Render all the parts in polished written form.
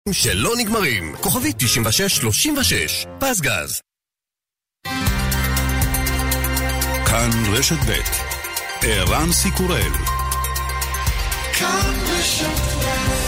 שלא נגמרים. כוכבי 9636. פסגז. כאן רשת ב' ערן סיקורל. כאן רשת ב'.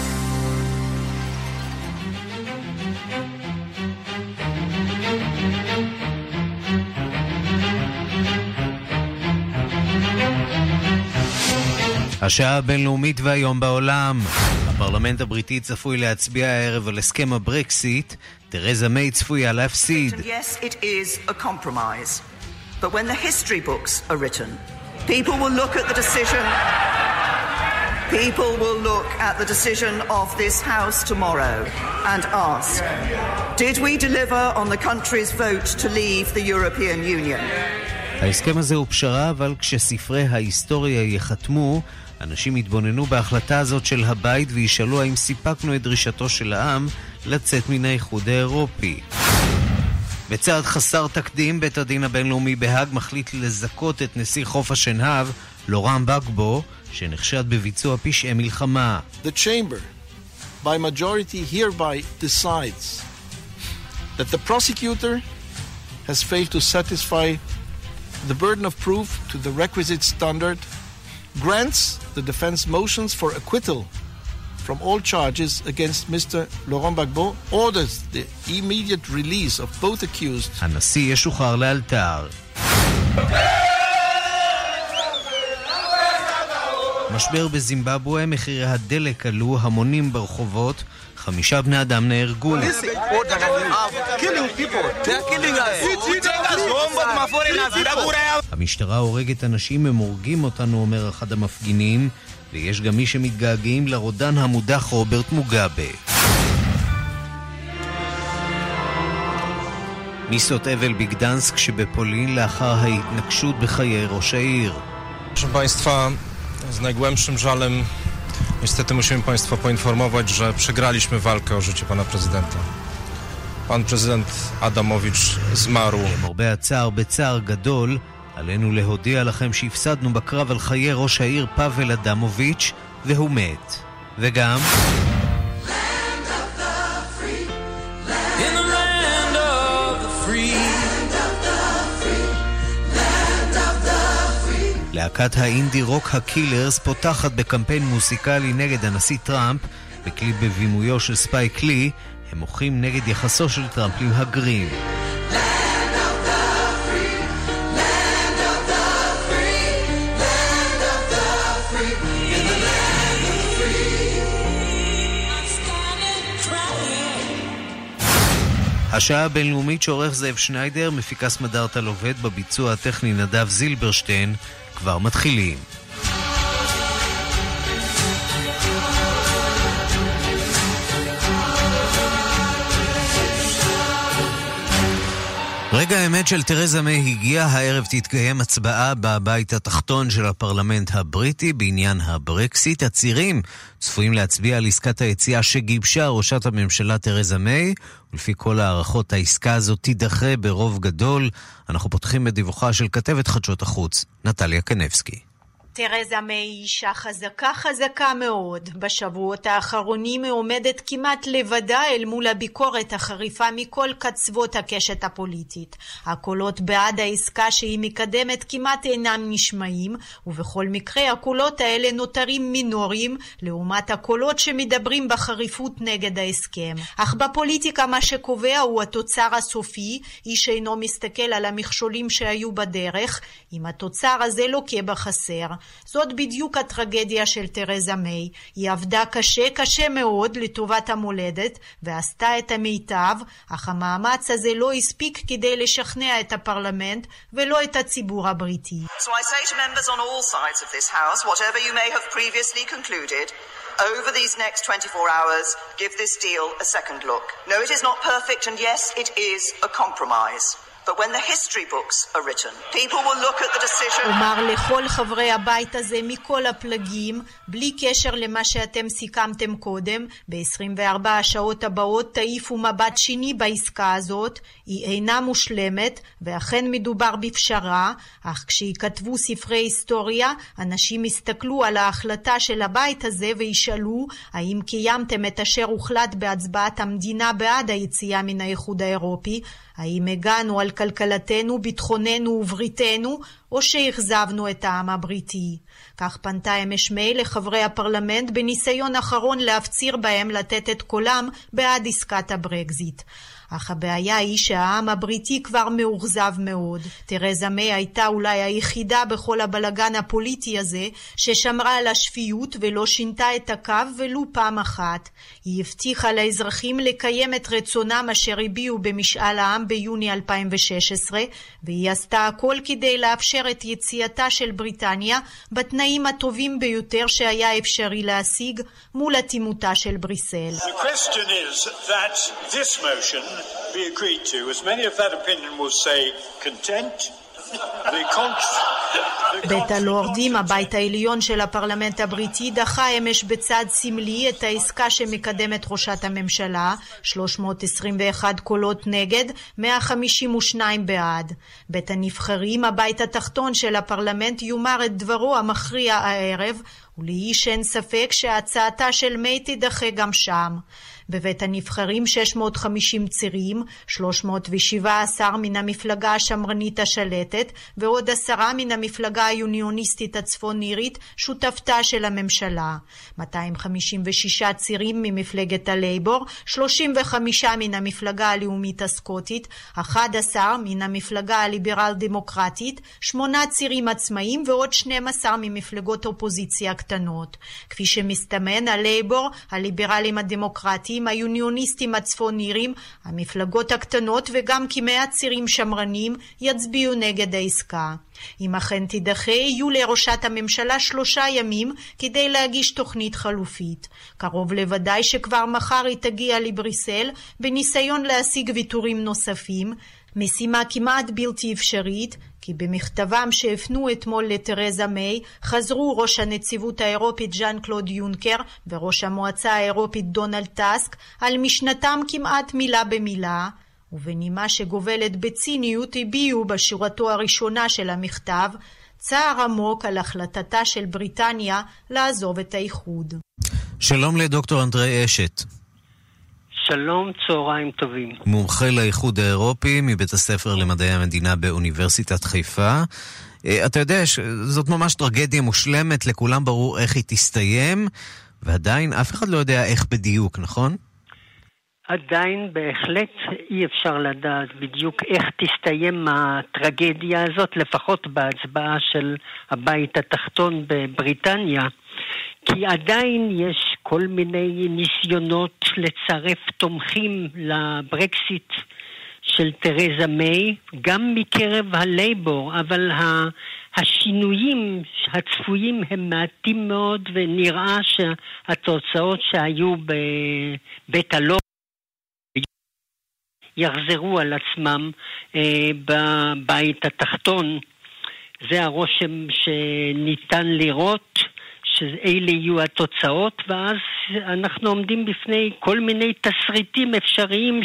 השעה הבינלאומית והיום בעולם. הפרלמנט הבריטי צפוי להצביע הערב על הסכם הברקסיט. תרזה מיי צפויה להפסיד. Yes, it is a compromise. But when the history books are written, people will look at the decision. People will look at the decision of this house tomorrow and ask, did we deliver on the country's vote to leave the European Union? ההסכם הזה הוא פשרה, אבל כשספרי ההיסטוריה יחתמו, אנשים יתבוננו בהחלטה הזאת של הבית וישאלו האם סיפקנו את דרישתו של העם לצאת מן האיחוד האירופי. בצעד חסר תקדים, בית הדין הבינלאומי בהאג מחליט לזכות את נשיא חוף השנהב, לורן בגבו, שנחשד בביצוע פשעי מלחמה. The chamber, by majority hereby decides that the prosecutor has failed to satisfy the burden of proof to the requisite standard, grants the defense motions for acquittal from all charges against Mr. Laurent Gbagbo, orders the immediate release of both accused. הנשיא ישוחרר לאלתר. משבר בזימבבואה, מחירי הדלק עלו, המונים ברחובות, 5 בני אדם נהרגו. המשטרה הורגת אנשים, הם הורגים אותנו, אומר אחד המפגינים, ויש גם מי שמתגעגעים לרודן המודח רוברט מוגאבה. מיסות אבל בגדנסק שבפולין לאחר ההתנקשות בחיי ראש העיר. Proszę Państwa, z najgłębszym żalem niestety musimy Państwa poinformować, że przegraliśmy walkę o życie Pana Prezydenta. Pan Prezydent Adamowicz zmarł. למרבה הצער, בצער גדול, עלינו להודיע לכם שהפסדנו בקרב על חיי ראש העיר פאבל אדמוביץ' והוא מת. וגם להקת האינדי רוק הקילרס פותחת בקמפיין מוסיקלי נגד הנשיא טראמפ, בקליפ בבימויו של ספייק לי. הם מוחים נגד יחסו של טראמפ למהגרים. השעה הבינלאומית שעורך זאב שניידר, מפיקה סמדארטה לובד, בביצוע הטכני נדב זילברשטיין. כבר מתחילים. רגע האמת של תרזה מיי הגיע. הערב תתקיים הצבעה בבית התחתון של הפרלמנט הבריטי בעניין הברקסיט. הצירים צפויים להצביע על עסקת היציאה שגיבשה ראשת הממשלה תרזה מיי, ולפי כל הערכות העסקה הזאת תידחה ברוב גדול. אנחנו פותחים בדיווחה של כתבת חדשות החוץ נטליה קנבסקי. תרזה מיי אישה חזקה מאוד. בשבועות האחרונים היא עומדת כמעט לבדה אל מול הביקורת החריפה מכל קצוות הקשת הפוליטית. הקולות בעד העסקה שהיא מקדמת כמעט אינם נשמעים, ובכל מקרה הקולות האלה נותרים מינוריים לעומת הקולות שמדברים בחריפות נגד ההסכם. אך בפוליטיקה מה שקובע הוא התוצר הסופי. איש אינו מסתכל על המכשולים שהיו בדרך, אם התוצר הזה לוקה בחסר. זאת בדיוק הטרגדיה של תרזה מיי. היא עבדה קשה מאוד לטובת המולדת ועשתה את המיטב, אך המאמץ הזה לא הספיק כדי לשכנע את הפרלמנט ולא את הציבור הבריטי. So I say to members on all sides of this house, whatever you may have previously concluded, over these next 24 hours, give this deal a second look. No, it is not perfect, and yes, it is a compromise. But when the history books are written, people will look at the decision. אומר לכל חברי הבית הזה מכל הפלגים, בלי קשר למה שאתם סיכמתם קודם, ב-24 השעות הבאות תעיפו מבט שני בעסקה הזאת, היא אינה מושלמת, ואכן מדובר בפשרה, אך כשיכתבו ספרי היסטוריה, אנשים יסתכלו על ההחלטה של הבית הזה וישאלו, האם קיימתם את אשר הוחלט בהצבעת המדינה בעד היציאה מן האיחוד האירופי, האם הגענו על כלכלתנו, ביטחוננו ובריתנו, או שהחזבנו את העם הבריטי. כך פנתה אמש מייל לחברי הפרלמנט בניסיון אחרון להפציר בהם לתת את קולם בעד עסקת הברקזיט. אך הבעיה היא שהעם הבריטי כבר מאוכזב מאוד. תרזה מיי הייתה אולי היחידה בכל הבלגן הפוליטי הזה ששמרה על השפיות ולא שינתה את הקו ולו פעם אחת. היא הבטיחה לאזרחים לקיים את רצונם אשר הביעו במשאל העם ביוני 2016, והיא עשתה הכל כדי לאפשר את יציאתה של בריטניה בתנאים הטובים ביותר שהיה אפשרי להשיג מול אטימותה של בריסל. The question is that this motion be agreed to. As many of that opinion will say content. בית הלורדים, הבית העליון של הפרלמנט הבריטי, דחה אמש בצד סמלי את העסקה שמקדמת ראשת הממשלה, 321 קולות נגד, 152 בעד. בית הנבחרים, הבית התחתון של הפרלמנט, יאמר את דברו המכריע הערב, ולאיש אין ספק שהצעתה של מיי תידחה גם שם. בבית הנבחרים 650 צירים, 317 מן המפלגה השמרנית השלטת, ועוד 10 מן המפלגה היוניוניסטית הצפון-אירית, שותפתה של הממשלה. 256 צירים ממפלגת הלייבור, 35 מן המפלגה הלאומית הסקוטית, 11 מן המפלגה הליברל-דמוקרטית, 8 צירים עצמאיים ועוד 12 ממפלגות אופוזיציה קטנות. כפי שמסתמן, הלייבור, הליברלים הדמוקרטיים, היוניוניסטים הצפון-אירים, המפלגות הקטנות וגם כ100 צירים שמרנים יצביעו נגד העסקה. אם אכן תידחה, יהיו לראשת הממשלה 3 ימים כדי להגיש תוכנית חלופית. קרוב לוודאי שכבר מחר היא תגיע לבריסל בניסיון להשיג ויתורים נוספים, משימה כמעט בלתי אפשרית, כי במכתבם שהפנו אתמול לתרזה מיי, חזרו ראש הנציבות האירופית ז'אן קלוד יונקר וראש המועצה האירופית דונלד טאסק על משנתם כמעט מילה במילה, ובנימה שגובלת בציניות הביעו בשורתו הראשונה של המכתב צער עמוק על החלטתה של בריטניה לעזוב את האיחוד. שלום לדוקטור אנדרי אשת. שלום, צהריים טובים. מומחה לאיחוד האירופי מבית הספר למדעי המדינה באוניברסיטת חיפה. אתה יודע, זאת ממש טרגדיה מושלמת, לכולם ברור איך היא תסתיים, ועדיין אף אחד לא יודע איך בדיוק, נכון? עדיין בהחלט אי אפשר לדעת בדיוק איך תסתיים הטרגדיה הזאת, לפחות בהצבעה של הבית התחתון בבריטניה, כי עדיין יש כל מיני ניסיונות לצרף תומכים לברקסיט של תרזה מיי, גם מקרב הלייבור, אבל השינויים הצפויים הם מעטים מאוד, ונראה שהתוצאות שהיו בבית הלורדים יחזרו על עצמם בבית התחתון. זה הרושם שניתן לראות, שאלה יהיו התוצאות, ואז אנחנו עומדים בפני כל מיני תסריטים אפשריים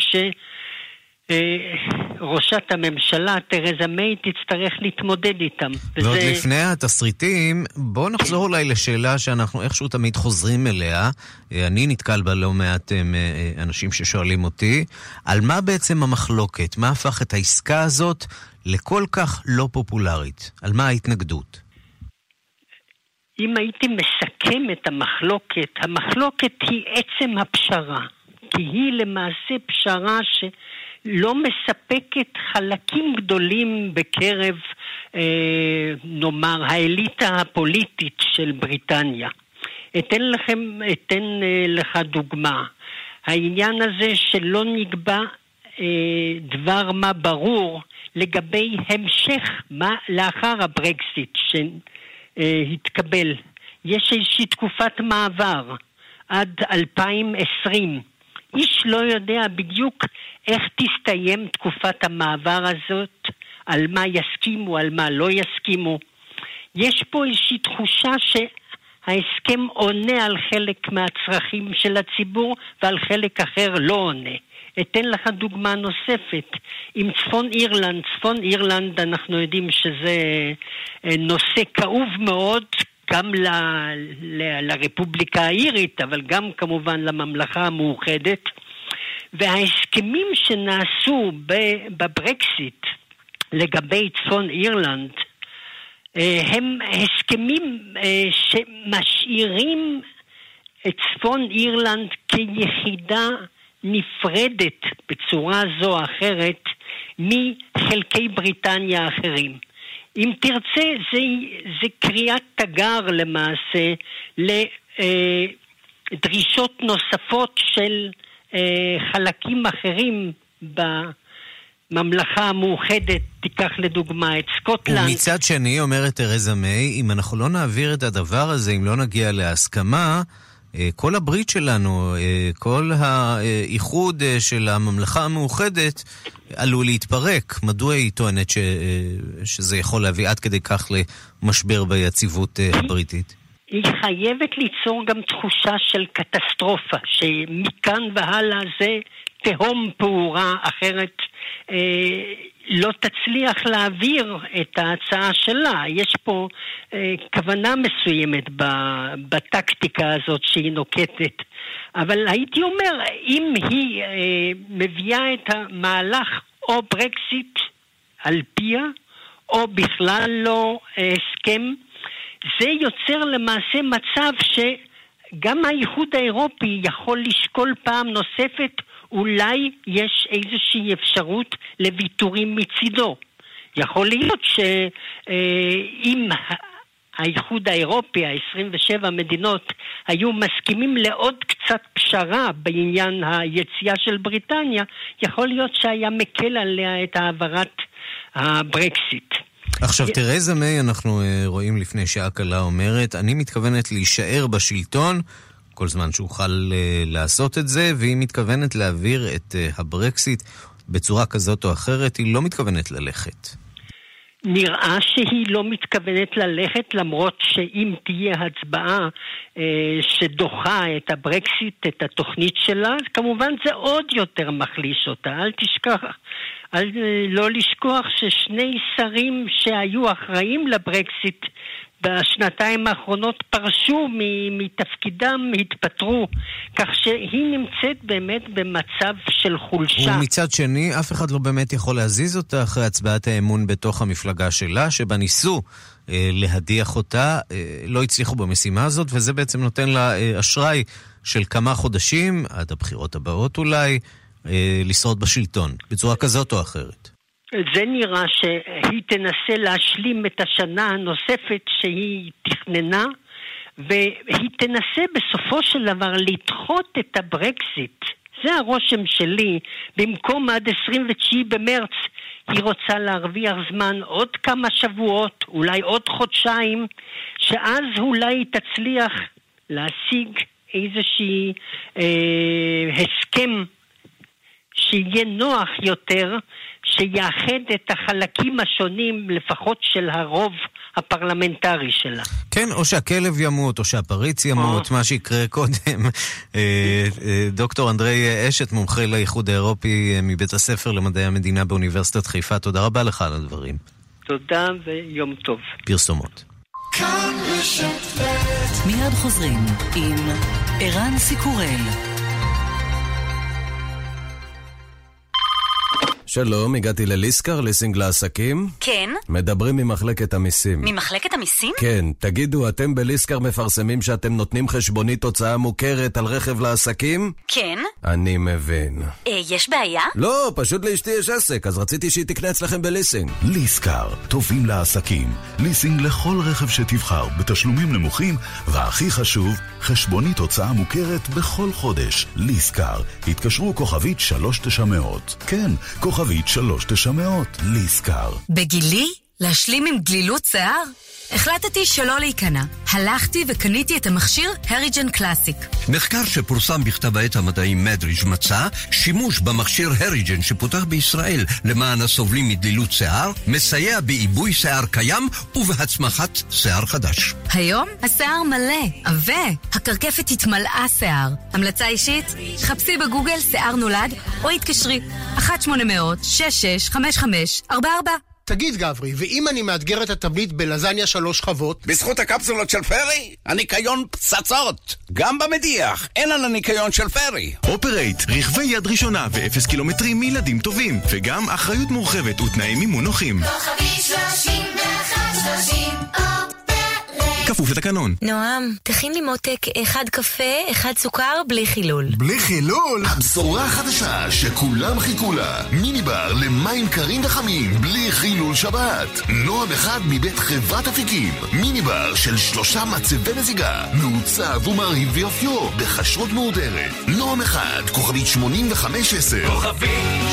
שראשת הממשלה תרזה מיי תצטרך להתמודד איתם. ועוד לפני התסריטים, בואו נחזור אולי לשאלה שאנחנו איכשהו תמיד חוזרים אליה. אני נתקל בה לא מעט אנשים ששואלים אותי, על מה בעצם המחלוקת? מה הפך את העסקה הזאת לכל כך לא פופולרית? על מה ההתנגדות? אם הייתי מסכם את המחלוקת, המחלוקת היא עצם הפשרה, כי היא למעשה פשרה שלא מספקת חלקים גדולים בקרב, נאמר, האליטה הפוליטית של בריטניה. אתן לך דוגמה. העניין הזה שלא נקבע דבר מה ברור לגבי המשך מה לאחר הברקסיט שהתקבל. יש איזושהי תקופת מעבר עד 2020. איש לא יודע בדיוק איך תסתיים תקופת המעבר הזאת, על מה יסכימו, על מה לא יסכימו. יש פה איזושהי תחושה שההסכם עונה על חלק מהצרכים של הציבור ועל חלק אחר לא עונה. אתן לך דוגמה נוספת. עם צפון אירלנד, צפון אירלנד אנחנו יודעים שזה נושא כאוב מאוד, גם לרפובליקה האירית, אבל גם כמובן לממלכה המאוחדת. וההסכמים שנעשו בברקסיט לגבי צפון אירלנד, הם הסכמים שמשאירים את צפון אירלנד כיחידה נפרדת בצורה זו או אחרת מחלקי בריטניה האחרים. אם תרצה, זה קריאת תגר למעשה לדרישות נוספות של חלקים אחרים בממלכה המאוחדת. תיקח לדוגמה את סקוטלנד. ומצד שני, אומרת תרזה מיי, אם אנחנו לא נעביר את הדבר הזה, אם לא נגיע להסכמה, כל הברית שלנו, כל האיחוד של הממלכה המאוחדת עלול להתפרק. מדוע היא טוענת שזה יכול להביא עד כדי כך למשבר ביציבות הבריטית? היא חייבת ליצור גם תחושה של קטסטרופה, שמכאן והלאה זה תהום פעורה, אחרת לא תצליח להעביר את ההצעה שלה. יש פה כוונה מסוימת בטקטיקה הזאת שהיא נוקטת. אבל הייתי אומר, אם היא מביאה את המהלך או ברקסיט על פיה, או בכלל לא הסכם, זה יוצר למעשה מצב שגם האיחוד האירופי יכול לשקול פעם נוספת, אולי יש איזושהי אפשרות לוויתורים מצידו. יכול להיות שאם האיחוד האירופי, ה-27 מדינות, היו מסכימים לעוד קצת פשרה בעניין היציאה של בריטניה, יכול להיות שהיה מקל עליה את העברת הברקסיט. עכשיו תרזה מיי, אנחנו רואים לפני שעה קלה אומרת, אני מתכוונת להישאר בשלטון כל זמן שאוכל לעשות את זה, והיא מתכוונת להעביר את הברקסיט בצורה כזאת או אחרת, היא לא מתכוונת ללכת. נראה שהיא לא מתכוונת ללכת, למרות שאם תהיה הצבעה שדוחה את הברקסיט, את התוכנית שלה, כמובן זה עוד יותר מחליש אותה. לא לשכוח ששני שרים שהיו אחראים לברקסיט בשנתיים האחרונות פרשו מתפקידם, התפטרו, כך שהיא נמצאת באמת במצב של חולשה. ומצד שני, אף אחד לא באמת יכול להזיז אותה אחרי הצבעת האמון בתוך המפלגה שלה, שבה ניסו להדיח אותה, לא הצליחו במשימה הזאת, וזה בעצם נותן לה אשראי של כמה חודשים, עד הבחירות הבאות אולי, לשרוד בשלטון, בצורה כזאת או אחרת. זה נראה שהיא תנסה להשלים את השנה הנוספת שהיא תכננה, והיא תנסה בסופו של דבר לדחות את הברקסיט. זה הרושם שלי. במקום עד 29 במרץ היא רוצה להרוויח זמן עוד כמה שבועות, אולי עוד חודשיים, שאז אולי היא תצליח להשיג איזושהי הסכם שיהיה נוח יותר, שיאחד את החלקים השונים, לפחות של הרוב הפרלמנטרי שלה. כן, או שהכלב ימות, או שהפריץ ימות, מה שיקרה קודם. דוקטור אנדרי אשת, מומחה לאיחוד האירופי מבית הספר למדעי המדינה באוניברסיטת חיפה, תודה רבה לך על הדברים. תודה ויום טוב. פרסומות. מיד חוזרים עם ערן סיקורל. שלום, הגעתי לליסקר, ליסינג לעסקים. כן. מדברים ממחלקת המיסים. ממחלקת המיסים? כן, תגידו, אתם בליסקר מפרסמים שאתם נותנים חשבונית הוצאה מוכרת על רכב לעסקים? כן. אני מבין. יש בעיה? לא, פשוט לאשתי יש עסק, אז רציתי שהיא תקנה אצלכם בליסינג. ליסקר, טובים לעסקים. ליסינג לכל רכב שתבחר, בתשלומים נמוכים, והכי חשוב, חשבונית הוצאה מוכרת בכל חודש. ליסקר, התקשרו כוכבית 3900. כן, כוכבית 3900, ליסקר. בגילי להשלים עם דלילות שיער? החלטתי שלא להיכנע. הלכתי וקניתי את המכשיר הריג'ן קלאסיק. מחקר שפורסם בכתב העת המדעי מדריג' מצא שימוש במכשיר הריג'ן שפותח בישראל למען הסובלים מדלילות שיער מסייע בעיבוי שיער קיים ובהצמחת שיער חדש. היום השיער מלא, עבה, הקרקפת התמלאה שיער. המלצה אישית? חפשי בגוגל שיער נולד או התקשרי 1-800-665544. תגיד גברי, ואם אני מאתגר את התבנית בלזניה 3 שכבות? בזכות הקפסולות של פרי, הניקיון פצצות. גם במדיח, אין על הניקיון של פרי. אופרייט, רכבי יד ראשונה ו0 קילומטרים מילדים טובים, וגם אחריות מורחבת ותנאי מימון נוחים. כוכבי 3130 כפוף לתקנון. נועם, תכין לי מותק 1 קפה, 1 סוכר, בלי חילול. בלי חילול? הבשורה החדשה שכולם חיכו לה. מיני בר למים קרים וחמים, בלי חילול שבת. נועם אחד מבית חברת אפיקים. מיני בר של 3 מצבי מזיגה. מעוצב ומרהיב ויופיו, בחשרות מהודרת. נועם אחד, כוכבית 8510. כוכבית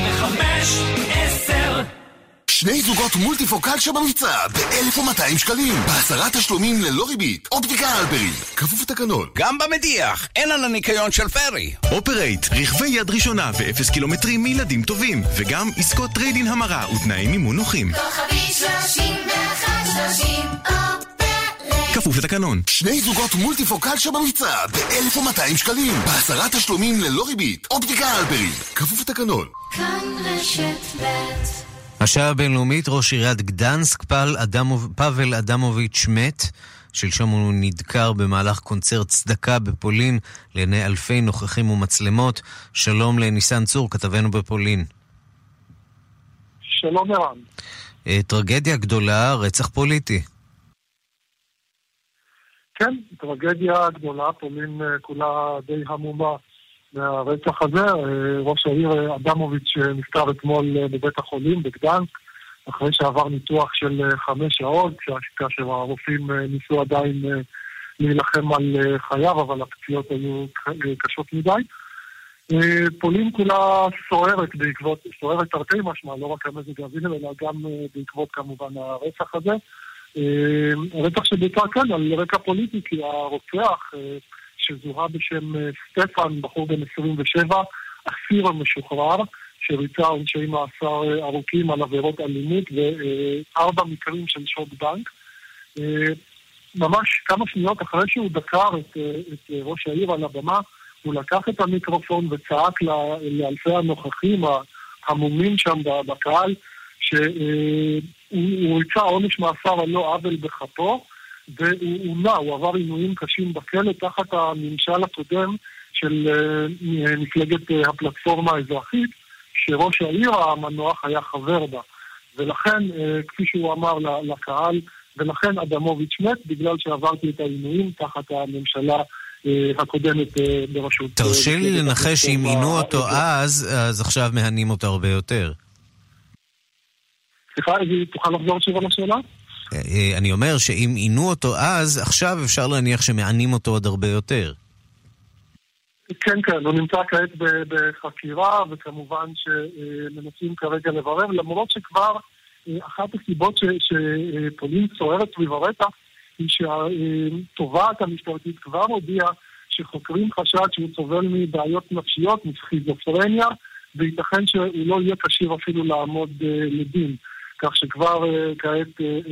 8510. 2 זוגות מולטיפוקל שבמבצע ב-1,200 שקלים. ב10 תשלומים ללא ריבית. אופטיקה הלפרין. כפוף לתקנון. גם במדיח, אין על הניקיון של פרי. אופרייט, רכבי יד ראשונה ו0 קילומטרים מילדים טובים, וגם עסקות טריידין המרה ותנאי מימון נוחים. כוכבי 3130 אופרייט. כפוף לתקנון. 2 זוגות מולטיפוקל שבמבצע ב-1,200 שקלים. ב10 תשלומים ללא ריבית. אופטיקה הלפרין. כפוף לתקנון. כאן רשת ב'. השעה הבינלאומית, ראש עיריית גדנסק, פאבל אדמוביץ' מת. שלשום הוא נדקר במהלך קונצרט צדקה בפולין לעיני אלפי נוכחים ומצלמות. שלום לניסן צור, כתבנו בפולין. שלום ערן. טרגדיה גדולה, רצח פוליטי. כן, טרגדיה גדולה, פולין כולה די המומה מהרצח הזה. ראש העיר אדמוביץ' נפטר אתמול בבית החולים בגדנסק, אחרי שעבר ניתוח של 5 שעות, כאשר הרופאים ניסו עדיין להילחם על חייו, אבל הפציעות היו קשות מדי. פולין כולה סוערת תרתי משמע, לא רק המזג האוויר, אלא גם בעקבות כמובן הרצח הזה. הרצח שבעיקר כאן על רקע פוליטי, כי הרוצח שזוהה בשם סטפן, בחור בן 27, אסיר משוחרר, שריצה עונשי מאסר ארוכים על עבירות אלימות ו4 מקרים של שוד בנק. ממש כמה שניות אחרי שהוא דקר את ראש העיר על הבמה, הוא לקח את המיקרופון וצעק לאלפי הנוכחים המומים שם בקהל, שהוא ריצה עונש מאסר על לא עוול בכפו, הוא עבר עינויים קשים בכלא תחת הממשל הקודם של מפלגת הפלטפורמה האזרחית, שראש העיר המנוח היה חבר בה. ולכן, כפי שהוא אמר לקהל, ולכן אדמוביץ' מת בגלל שעברתי את העינויים תחת הממשלה הקודמת בראשות. תרשה לי לנחש שאם עינו אותו אז עכשיו מהנים אותו הרבה יותר. סליחה, תוכל לחזור שוב על השאלה? אני אומר שאם עינו אותו אז, עכשיו אפשר להניח שמענים אותו עוד הרבה יותר. כן, הוא נמצא כעת בחקירה, וכמובן שמנסים כרגע לברר, למרות שכבר אחת הסיבות שפולין סוערת סביב הרצח, היא שהתובעת המשטרתית כבר הודיעה שחוקרים חשד שהוא סובל מבעיות נפשיות, מסכיזופרניה, וייתכן שהוא לא יהיה כשיר אפילו לעמוד לדין. כך שכבר כעת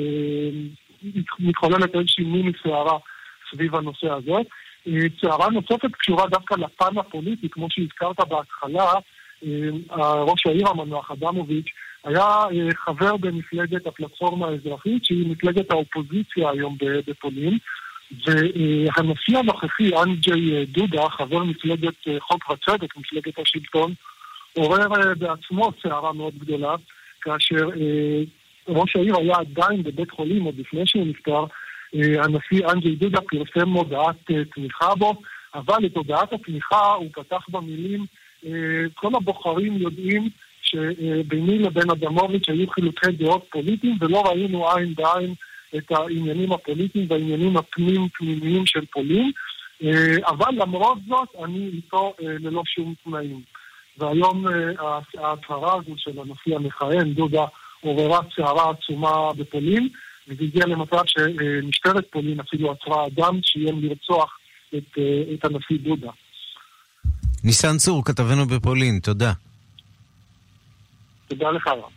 מתחוללת איזושהי מיני סערה סביב הנושא הזה. סערה נוספת קשורה דווקא לפן הפוליטי, כמו שהזכרת בהתחלה, ראש העיר המנוח אדמוביץ' היה חבר במפלגת הפלטפורמה האזרחית, שהיא מפלגת האופוזיציה היום בפולין, והנשיא הנוכחי אנג'י דודה, חבר מפלגת חוק וצדק, מפלגת השלטון, עורר בעצמו סערה מאוד גדולה, כאשר ראש העיר היה עדיין בבית חולים עוד לפני שהוא נפטר. הנשיא אנג'י דודה פרסם הודעת תמיכה בו, אבל את הודעת התמיכה הוא פתח במילים, כל הבוחרים יודעים שביני לבין אדמוביץ' היו חילוקי דעות פוליטיים, ולא ראינו עין בעין את העניינים הפוליטיים והעניינים הפנימיים של פולין, אבל למרות זאת אני איתו ללא שום תנאים. והיום ההצהרה הזו של הנשיא המכהן דודה עוררה סערה עצומה בפולין, וזה הגיע למצב שמשטרת פולין אפילו עצרה אדם שאיים לרצוח את הנשיא דודה. ניסן צור, כתבנו בפולין, תודה. תודה לך רב.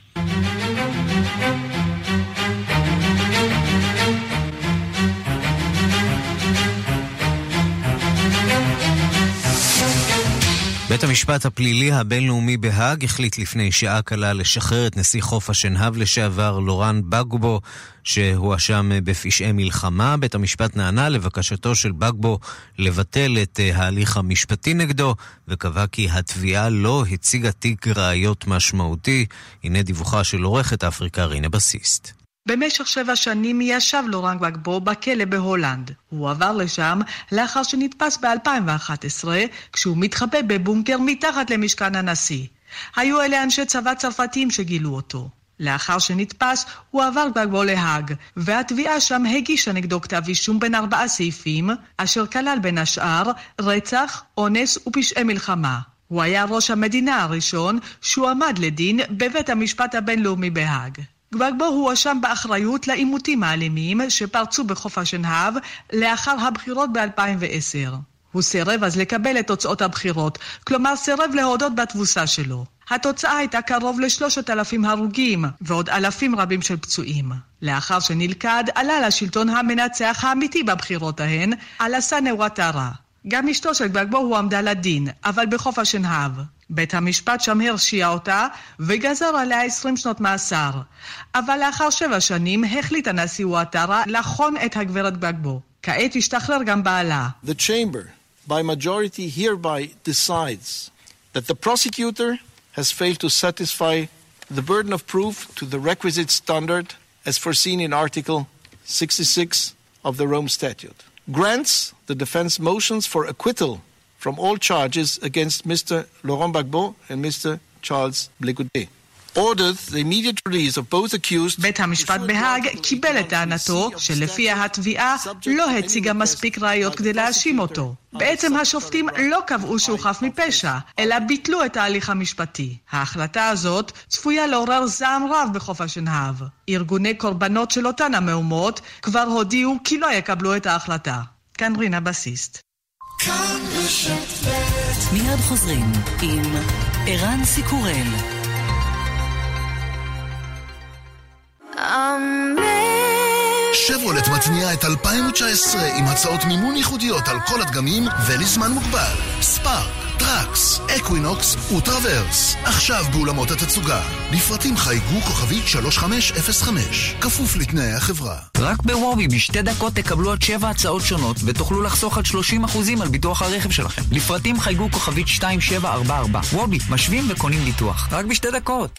בית המשפט הפלילי הבינלאומי בהאג החליט לפני שעה קלה לשחרר את נשיא חוף השנהב לשעבר לורן בגבו, שהואשם בפשעי מלחמה. בית המשפט נענה לבקשתו של בגבו לבטל את ההליך המשפטי נגדו, וקבע כי התביעה לא הציגה תיק ראיות משמעותי. הנה דיווחה של עורכת אפריקה רינה בסיסט. במשך 7 שנים ישב לורן בגבו בכלא בהולנד. הוא עבר לשם לאחר שנתפס ב-2011, כשהוא מתחבא בבונקר מתחת למשכן הנשיא. היו אלה אנשי צבא צרפתים שגילו אותו. לאחר שנתפס, הוא עבר בגבו להאג, והתביעה שם הגישה נגדו כתב אישום בין 4 סעיפים, אשר כלל בין השאר רצח, אונס ופשעי מלחמה. הוא היה ראש המדינה הראשון שהוא עמד לדין בבית המשפט הבינלאומי בהאג. גבגבו הואשם באחריות לעימותים האלימים שפרצו בחוף השנהב לאחר הבחירות ב-2010. הוא סירב אז לקבל את תוצאות הבחירות, כלומר סירב להודות בתבוסה שלו. התוצאה הייתה קרוב ל3,000 הרוגים ועוד אלפים רבים של פצועים. לאחר שנלכד עלה לשלטון המנצח האמיתי בבחירות ההן, אלסאנה ואטרה. גם אשתו של גבגבו הועמדה לדין, אבל בחוף השנהב. בית המשפט שם הרשיע אותה וגזר עליה 20 שנות מאסר. אבל לאחר 7 שנים החליט הנשיא ואטרה לחון את הגברת גבגבו. כעת השתחרר גם בעלה. The chamber, by majority, hereby decides that the prosecutor has failed to satisfy the burden of proof to the requisite standard as foreseen in Article 66 of the Rome Statute. Grants the defense motions for acquittal from all charges against Mr. Laurent Gbagbo and Mr. Charles Blé Goudé. Ordered the immediate release of both accused. בית המשפט בהאג קיבל את טענתו שלפיה התביעה לא הציגה מספיק ראיות כדי להאשים אותו. בעצם השופטים לא קבעו שהוא חף מפשע, אלא ביטלו את ההליך המשפטי. ההחלטה הזאת צפויה לעורר זעם רב בחוף השנהב. ארגוני קורבנות של אותן המהומות כבר הודיעו כי לא יקבלו את ההחלטה. כאן רינה בסיסט. מיד חוזרים עם ערן סיקורל. שברולט מתניעה את 2019 עם הצעות מימון ייחודיות על כל הדגמים ולזמן מוגבל. ספארק, טרקס, אקווינוקס וטרוורס. עכשיו באולמות התצוגה. לפרטים חייגו כוכבית 3505. כפוף לתנאי החברה. רק בוובי ב2 דקות תקבלו עד 7 הצעות שונות ותוכלו לחסוך עד 30% על ביטוח הרכב שלכם. לפרטים חייגו כוכבית 2744. וובי, משווים וקונים ביטוח. רק ב2 דקות.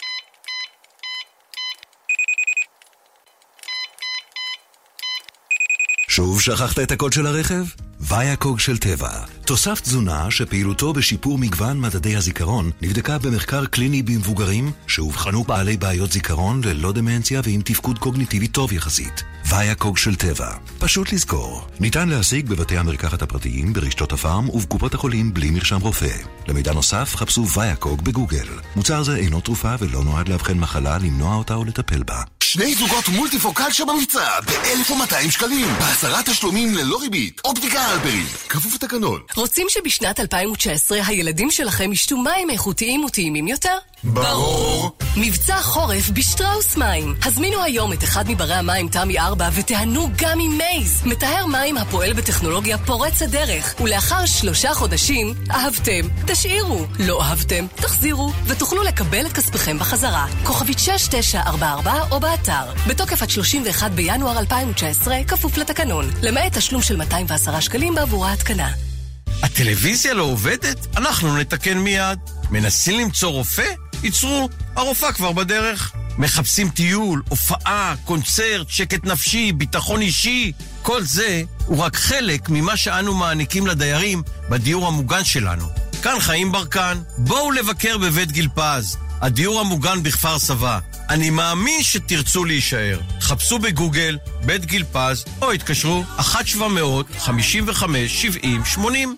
שוב שכחת את הקוד של הרכב? ויאקוג של טבע. תוסף תזונה שפעילותו בשיפור מגוון מדדי הזיכרון נבדקה במחקר קליני במבוגרים שהובחנו בעלי בעיות זיכרון ללא דמנציה ועם תפקוד קוגניטיבי טוב יחסית. ויאקוג של טבע. פשוט לזכור. ניתן להשיג בבתי המרקחת הפרטיים, ברשתות הפארם ובקופות החולים בלי מרשם רופא. למידע נוסף חפשו ויאקוג בגוגל. מוצר זה אינו תרופה ולא נועד להבחן מחלה, למנוע אותה או לטפל בה. 2 זוגות מולטיפוקל שבמבצע ב-1,200 שקלים. ב10 תשלומים ללא ריבית. אופטיקה אלפרין. כפוף לתקנון. רוצים שבשנת 2019 הילדים שלכם ישתו מים איכותיים וטעימים יותר? ברור. מבצע חורף בשטראוס מים. הזמינו היום את אחד מברי המים תמי 4 ותיהנו גם עם מייז. מטהר מים הפועל בטכנולוגיה פורץ הדרך. ולאחר 3 חודשים, אהבתם, תשאירו. לא אהבתם, תחזירו. ותוכלו לקבל את כספכם בחזרה. כוכבית 6944 או באתר. בתוקף עד 31 בינואר 2019, כפוף לתקנון. למעט תשלום של 210 שקלים בעבור ההתקנה. הטלוויזיה לא עובדת? אנחנו נתקן מיד. מנסים למצוא רופא? ייצרו, הרופאה כבר בדרך. מחפשים טיול, הופעה, קונצרט, שקט נפשי, ביטחון אישי. כל זה הוא רק חלק ממה שאנו מעניקים לדיירים בדיור המוגן שלנו. כאן חיים ברקן. בואו לבקר בבית גיל פז, הדיור המוגן בכפר סבא. אני מאמין שתרצו להישאר. חפשו בגוגל בית גיל פז או התקשרו 1-700-55-70-80.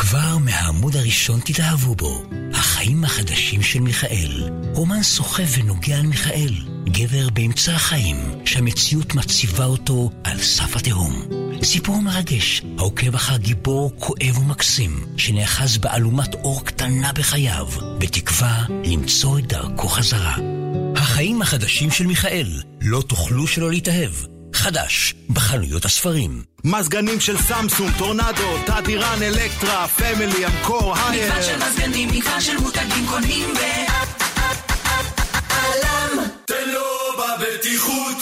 כבר מהעמוד הראשון תתאהבו בו. החיים החדשים של מיכאל. רומן סוחב ונוגע על מיכאל. גבר באמצע החיים, שהמציאות מציבה אותו על סף התהום. סיפור מרגש, העוקב אחר גיבור כואב ומקסים, שנאחז באלומת אור קטנה בחייו, בתקווה למצוא את דרכו חזרה. החיים החדשים של מיכאל. לא תוכלו שלא להתאהב. חדש, בחנויות הספרים. מזגנים של סמסונג, טורנדו, תדירן, אלקטרה, פמילי, אמקור, הייר. מגוון של מזגנים, מגוון של מותגים קונים בעלם. תן לו בבטיחות,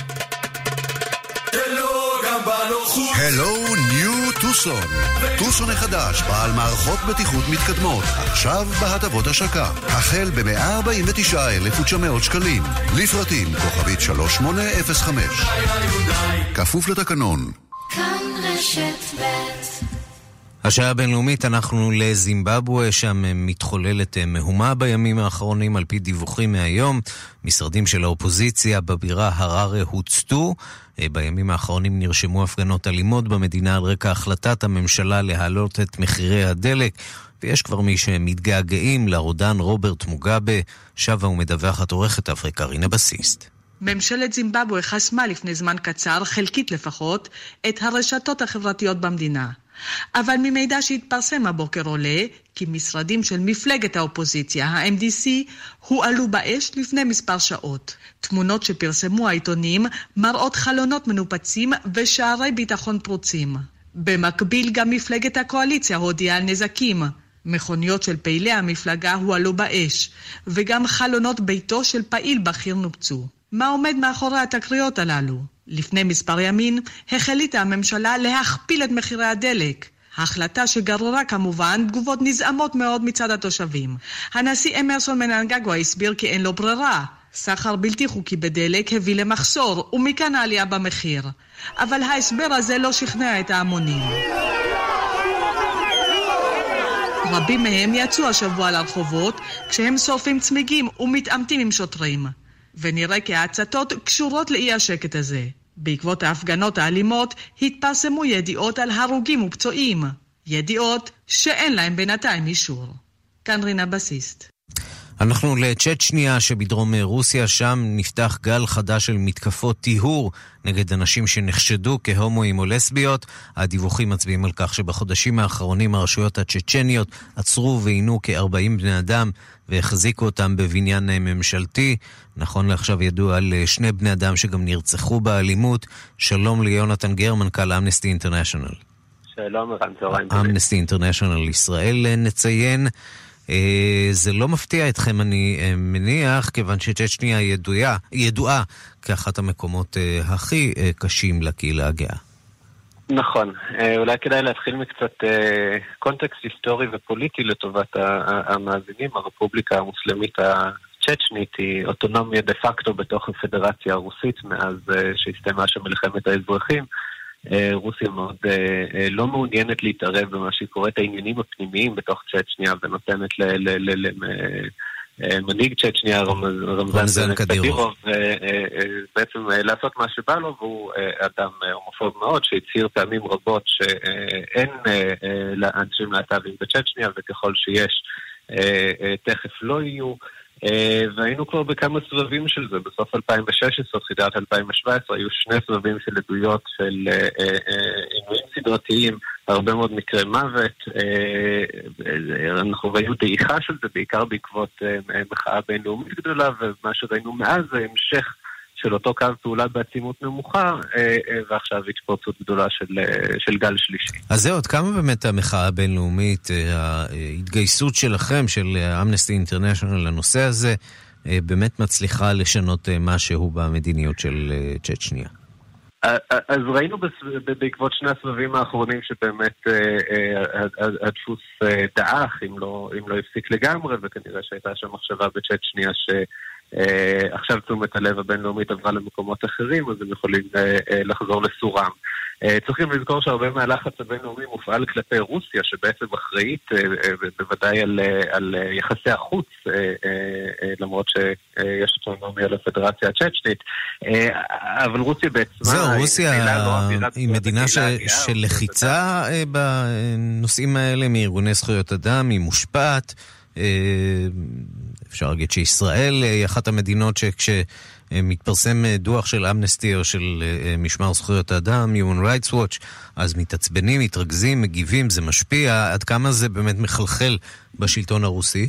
תן לו גם בנוחות. הלו ניו טוסון. טוסון החדש בעל מערכות בטיחות מתקדמות, עכשיו בהטבות השקה, החל ב-149,900 שקלים. לפרטים כוכבית 3805. כפוף לתקנון. כאן רשת ב'. השעה הבינלאומית, אנחנו לזימבבואה, שם מתחוללת מהומה בימים האחרונים על פי דיווחים מהיום. משרדים של האופוזיציה בבירה הררה הוצתו. בימים האחרונים נרשמו הפגנות אלימות במדינה על רקע החלטת הממשלה להעלות את מחירי הדלק, ויש כבר מי שמתגעגעים לרודן רוברט מוגאבה. שבה ומדווחת עורכת אפריקה רינה בסיסט. ממשלת זימבבואה חסמה לפני זמן קצר, חלקית לפחות, את הרשתות החברתיות במדינה. אבל ממידע שהתפרסם הבוקר עולה, כי משרדים של מפלגת האופוזיציה, ה-MDC, הועלו באש לפני מספר שעות. תמונות שפרסמו העיתונים מראות חלונות מנופצים ושערי ביטחון פרוצים. במקביל גם מפלגת הקואליציה הודיעה על נזקים. מכוניות של פעילי המפלגה הועלו באש, וגם חלונות ביתו של פעיל בכיר נופצו. מה עומד מאחורי התקריות הללו? לפני מספר ימים החליטה הממשלה להכפיל את מחירי הדלק. ההחלטה שגררה כמובן תגובות נזעמות מאוד מצד התושבים. הנשיא אמרסון מננגגווה הסביר כי אין לו ברירה. סחר בלתי חוקי בדלק הביא למחסור, ומכאן העלייה במחיר. אבל ההסבר הזה לא שכנע את ההמונים. רבים מהם יצאו השבוע לרחובות כשהם שורפים צמיגים ומתעמתים עם שוטרים. ונראה כי ההצתות קשורות לאי השקט הזה. בעקבות ההפגנות האלימות התפרסמו ידיעות על הרוגים ופצועים. ידיעות שאין להם בינתיים אישור. כאן רינה בסיסט. אנחנו לצ'צ'ניה שבדרום רוסיה, שם נפתח גל חדש של מתקפות טיהור נגד אנשים שנחשדו כהומואים או לסביות. הדיווחים מצביעים על כך שבחודשים האחרונים הרשויות הצ'צ'ניות עצרו ועינו כ-40 בני אדם והחזיקו אותם בבניין ממשלתי. נכון לעכשיו ידוע על 2 בני אדם שגם נרצחו באלימות. שלום ליונתן גר, מנכ"ל אמנסטי אינטרנשיונל. שלום, ערן, צהריים. אמנסטי אינטרנשיונל ישראל נציין. זה לא מפתיע אתכם, אני מניח, כיוון שצ'צ'ניה ידועה כאחת המקומות הכי קשים לקהילה הגאה. נכון. אולי כדאי להתחיל מקצת קונטקסט היסטורי ופוליטי לטובת המאזינים. הרפובליקה המוסלמית הצ'צ'נית היא אוטונומיה דה פקטו בתוך הפדרציה הרוסית מאז שהסתיימה שם מלחמת האזרחים. רוסיה מאוד לא מעוניינת להתערב במה שקורה את העניינים הפנימיים בתוך צ'צ'ניה, ונותנת למנהיג צ'צ'ניה רמזן קדירוב בעצם לעשות מה שבא לו, והוא אדם הומופוב מאוד שהצהיר פעמים רבות שאין לאנשים להט"בים בצ'צ'ניה, וככל שיש תכף לא יהיו. והיינו כבר בכמה סבבים של זה. בסוף 2016, תחילת 2017, היו 2 סבבים של עדויות של עינויים סדרתיים, הרבה מאוד מקרי מוות. אנחנו ראינו דעיכה של זה, בעיקר בעקבות מחאה בינלאומית גדולה, ומה שראינו מאז זה המשך של אותו קו פעולה בעצימות נמוכה, ועכשיו התפרצות גדולה של גל שלישי. אז זה עוד כמה באמת המחאה הבינלאומית, ההתגייסות שלכם, של אמנסטי אינטרנשיונל לנושא הזה, באמת מצליחה לשנות משהו במדיניות של צ'צ'ניה? אז ראינו בעקבות 2 הסבבים האחרונים שבאמת הדפוס דעך, אם לא הפסיק לגמרי, וכנראה שהייתה שם מחשבה בצ'צ'ניה עכשיו תשומת הלב הבינלאומית עברה למקומות אחרים, אז הם יכולים לחזור לסורם. צריכים לזכור שהרבה מהלחץ הבינלאומי מופעל כלפי רוסיה, שבעצם אחראית בוודאי על יחסי החוץ, למרות שיש אוטונומיה לפדרציה הצ'צ'נית, אבל רוסיה בעצמה... זהו, רוסיה היא מדינה של לחיצה בנושאים האלה מארגוני זכויות אדם, היא מושפעת. אפשר להגיד שישראל היא אחת המדינות שכשמתפרסם דוח של אמנסטי או של משמר זכויות האדם, Human Rights Watch, אז מתעצבנים, מתרכזים, מגיבים, זה משפיע. עד כמה זה באמת מחלחל בשלטון הרוסי?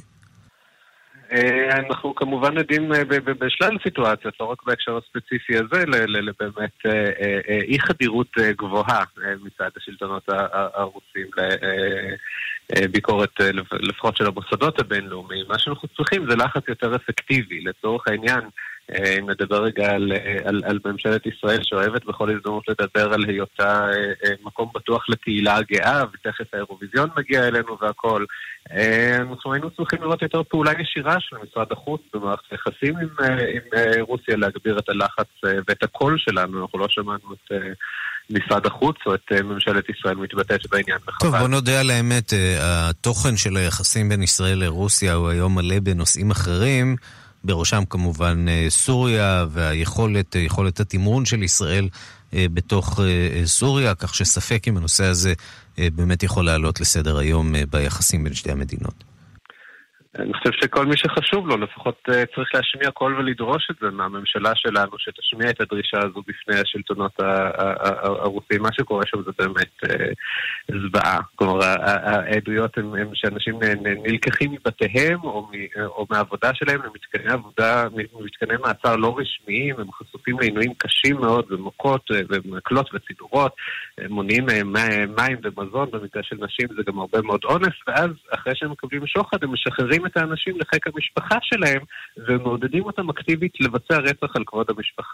אנחנו כמובן עדים בשלל סיטואציות, לא רק בהקשר הספציפי הזה, לבאמת אי חדירות גבוהה מצד השלטונות הרוסים לביקורת לפחות של המוסדות הבינלאומיים. מה שאנחנו צריכים זה לחץ יותר אפקטיבי. לצורך העניין, אם נדבר רגע על ממשלת ישראל שאוהבת בכל הזדמנות לדבר על היותה מקום בטוח לקהילה הגאה, ותכף האירוויזיון מגיע אלינו והכל, אנחנו היינו צריכים לראות יותר פעולה ישירה של משרד החוץ במערכת היחסים עם רוסיה, להגביר את הלחץ ואת הקול שלנו. אנחנו לא שמענו את משרד החוץ או את ממשלת ישראל מתבטאת בעניין. טוב, בוא נודה על האמת, התוכן של היחסים בין ישראל לרוסיה הוא היום מלא בנושאים אחרים, בראשם כמובן סוריה ויכולת התמרון של ישראל בתוך סוריה, כך שספק אם הנושא הזה באמת יכול לעלות לסדר היום ביחסים בין שתי המדינות. אני חושב שכל מי שחשוב לו, לפחות צריך להשמיע קול ולדרוש את זה מהממשלה שלנו, שתשמיע את הדרישה הזו בפני השלטונות הרוסיים. מה שקורה שם זה באמת זוועה. כלומר, העדויות הם שאנשים נלקחים מבתיהם או מהעבודה שלהם למתקני מעצר לא רשמיים, הם חשופים לעינויים קשים מאוד ומכות ומקלות וצידורות, מונעים מים ומזון, במקרה של נשים זה גם הרבה מאוד אונס, ואז אחרי שהם מקבלים שוחד הם משחררים את האנשים לחיק המשפחה שלהם, ומעודדים אותם אקטיבית לבצע רצח על כבוד המשפחה.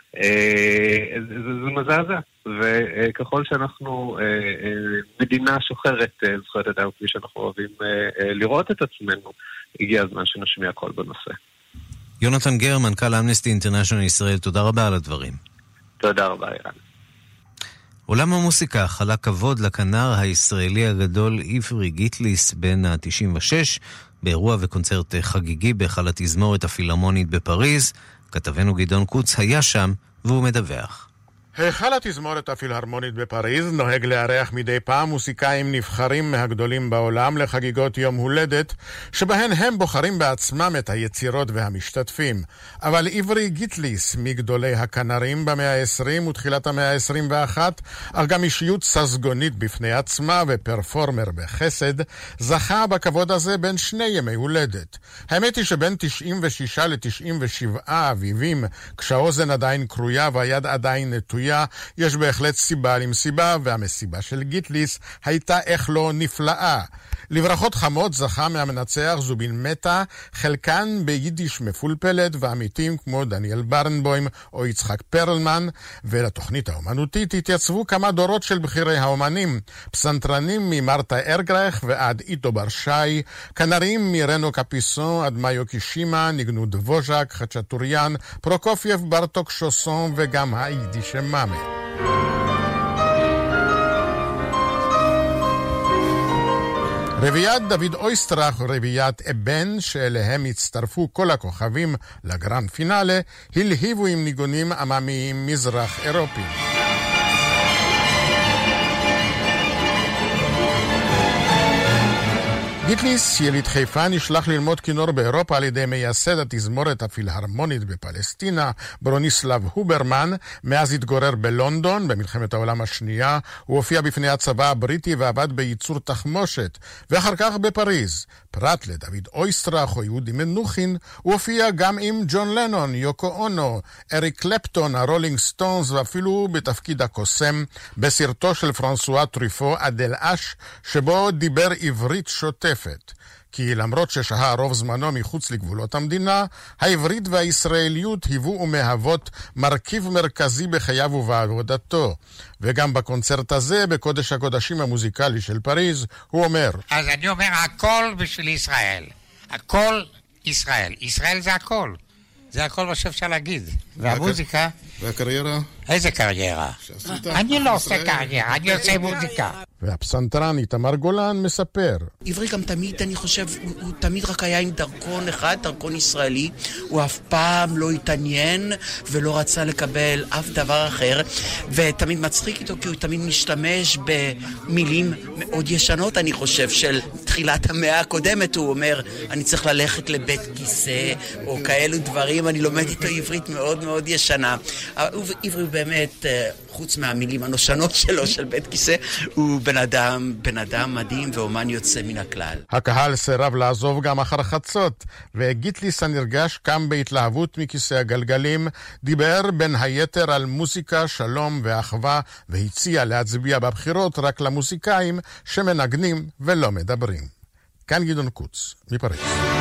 זה מזעזע. וככל שאנחנו מדינה שוחרת זכויות אדם, כפי שאנחנו אוהבים לראות את עצמנו, הגיע הזמן שנשמיע קול בנושא. יונתן גר, מנכ"ל אמנסטי אינטרנשיונל ישראל, תודה רבה על הדברים. תודה רבה, אירן. עולם המוסיקה חלק כבוד לכנר הישראלי הגדול עברי גיטליס בן ה-96 באירוע וקונצרט חגיגי בהיכל התזמורת הפילהרמונית בפריז. כתבנו גדעון קוץ היה שם והוא מדווח. היכל התזמורת הפילהרמונית בפריז נוהג לארח מדי פעם מוסיקאים נבחרים מהגדולים בעולם לחגיגות יום הולדת, שבהן הם בוחרים בעצמם את היצירות והמשתתפים. אבל עברי גיטליס, מגדולי הכנרים במאה ה-20 ותחילת המאה ה-21, אך גם אישיות ססגונית בפני עצמה ופרפורמר בחסד, זכה בכבוד הזה בין שני ימי הולדת. האמת היא שבין 96 ל-97 אביבים, כשהאוזן עדיין קרויה והיד עדיין נטויה, יש בהחלט סיבה למסיבה, והמסיבה של גיטליס הייתה איך לא נפלאה. לברכות חמות זכה מהמנצח זובין מטה, חלקן ביידיש מפולפלת, ועמיתים כמו דניאל ברנבוים או יצחק פרלמן, ולתוכנית האומנותית התייצבו כמה דורות של בחירי האומנים, פסנתרנים ממרתה ארגרייך ועד איטו ברשי, כנרים מרנו קפיסון עד מאיו קישימה, ניגנו דבוז'ק, חצ'טוריאן, פרוקופייב, ברטוק שוסון וגם היידיש מאמה. רביעיית דוד אויסטרח ורביעיית אבן, שאליהם הצטרפו כל הכוכבים לגרנד פינאלה, הלהיבו עם ניגונים עממיים מזרח אירופיים. גיטליס, יליד חיפה, נשלח ללמוד כינור באירופה על ידי מייסד התזמורת הפילהרמונית בפלסטינה, ברוניסלב הוברמן. מאז התגורר בלונדון במלחמת העולם השנייה, הוא הופיע בפני הצבא הבריטי ועבד בייצור תחמושת, ואחר כך בפריז. פרט לדוד אויסטרח או יהודי מנוחין, הוא הופיע גם עם ג'ון לנון, יוקו אונו, אריק קלפטון, הרולינג סטונס, ואפילו בתפקיד הקוסם בסרטו של פרנסואה טריפו אדל אש, שבו דיבר עברית שוטפת. כי למרות ששהה רוב זמנו מחוץ לגבולות המדינה, העברית והישראליות היוו ומהוות מרכיב מרכזי בחייו ובעבודתו. וגם בקונצרט הזה, בקודש הקודשים המוזיקלי של פריז, הוא אומר: אז אני אומר, הכל בשביל ישראל. הכל ישראל. ישראל זה הכל. זה הכל מה שאפשר להגיד. והמוזיקה... והקריירה? איזה קריירה? אני לא עושה קריירה, אני עושה מוזיקה. והפסנתרן איתמר גולן מספר. עברי גם תמיד, אני חושב, הוא תמיד רק היה עם דרכון אחד, דרכון ישראלי. הוא אף פעם לא התעניין ולא רצה לקבל אף דבר אחר. ותמיד מצחיק איתו, כי הוא תמיד משתמש במילים מאוד ישנות, אני חושב, של תחילת המאה הקודמת. הוא אומר, אני צריך ללכת לבית כיסא, או כאלו דברים. אני לומד איתו עברית מאוד מאוד ישנה. עברי הוא באמת, חוץ מהמילים הנושנות שלו של בית כיסא, הוא בן אדם מדהים ואומן יוצא מן הכלל. הקהל סירב לעזוב גם אחר חצות, וגיטליס הנרגש קם בהתלהבות מכיסא הגלגלים, דיבר בין היתר על מוזיקה, שלום ואחווה, והציע להצביע בבחירות רק למוזיקאים שמנגנים ולא מדברים. כאן גדעון קוץ, מפריז.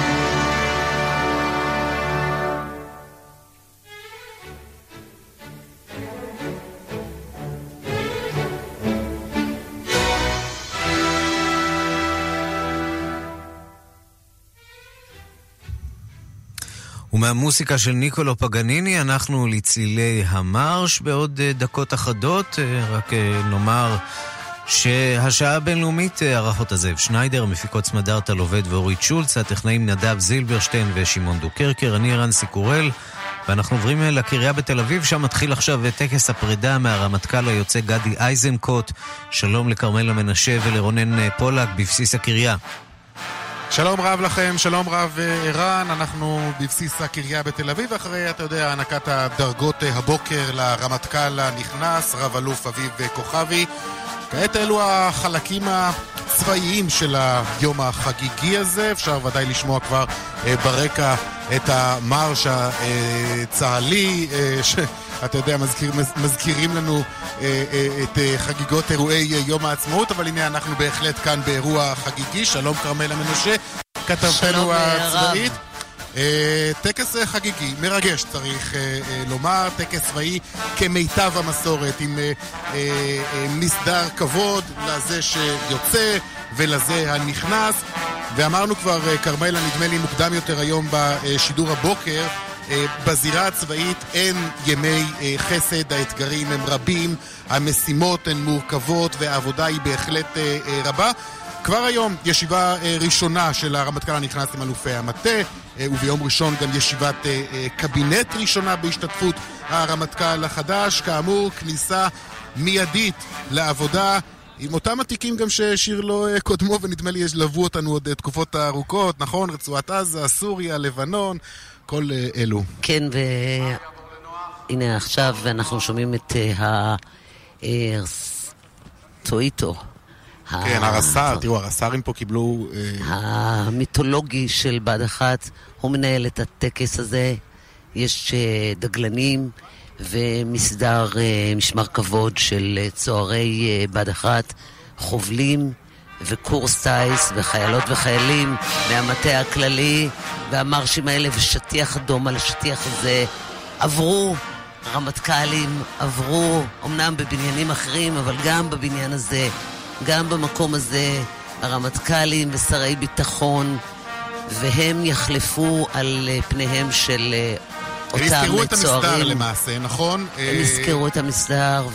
ומהמוסיקה של ניקולו פגניני אנחנו לצלילי המרש בעוד דקות אחדות. רק נאמר שהשעה הבינלאומית ערך אותה זאב שניידר, מפיקות סמדארטה לובד ואורית שולץ, הטכנאים נדב זילברשטיין ושמעון דוקרקר, אני ערן סיקורל, ואנחנו עוברים לקריה בתל אביב, שם מתחיל עכשיו טקס הפרידה מהרמטכ"ל היוצא גדי איזנקוט. שלום לקרמלה מנשה ולרונן פולק בבסיס הקריה. שלום רב לכם, שלום רב ערן, אנחנו בבסיס הקריה בתל אביב, אחרי, אתה יודע, הענקת הדרגות הבוקר לרמטכ"ל הנכנס, רב אלוף אביב כוכבי. כעת אלו החלקים הצבאיים של היום החגיגי הזה, אפשר ודאי לשמוע כבר ברקע את המרש הצה"לי, אתה יודע, מזכירים לנו את חגיגות אירועי יום העצמאות, אבל הנה אנחנו בהחלט כאן באירוע חגיגי. שלום קרמלה מנשה, כתבתנו הצבאית. טקס חגיגי, מרגש צריך לומר, טקס צבאי כמיטב המסורת, עם מסדר כבוד לזה שיוצא ולזה הנכנס. ואמרנו כבר, קרמלה, נדמה לי מוקדם יותר היום בשידור הבוקר, בזירה הצבאית אין ימי חסד, האתגרים הם רבים, המשימות הן מורכבות והעבודה היא בהחלט רבה. כבר היום ישיבה ראשונה של הרמטכ"ל הנכנס עם אלופי המטה, וביום ראשון גם ישיבת קבינט ראשונה בהשתתפות הרמטכ"ל החדש. כאמור, כניסה מיידית לעבודה עם אותם עתיקים גם ששיר לו קודמו, ונדמה לי לבוא אותנו עוד תקופות ארוכות, נכון? רצועת עזה, סוריה, לבנון, כל אלו. כן, והנה עכשיו אנחנו שומעים את טויטו. כן, הרס"ר, תראו, הרס"רים פה קיבלו... המיתולוגי של בד אחת, הוא מנהל את הטקס הזה, יש דגלנים ומסדר משמר כבוד של צוערי בד אחת, חובלים וקורס טייס וחיילות וחיילים מהמטה הכללי, והמרשים האלה ושטיח אדום על השטיח הזה עברו רמטכ"לים, עברו אמנם בבניינים אחרים, אבל גם בבניין הזה, גם במקום הזה, הרמטכ"לים ושרי ביטחון, והם יחלפו על פניהם של אותם צוערים. הזכירו את המסדר למעשה, נכון? הם הזכירו את המסדר,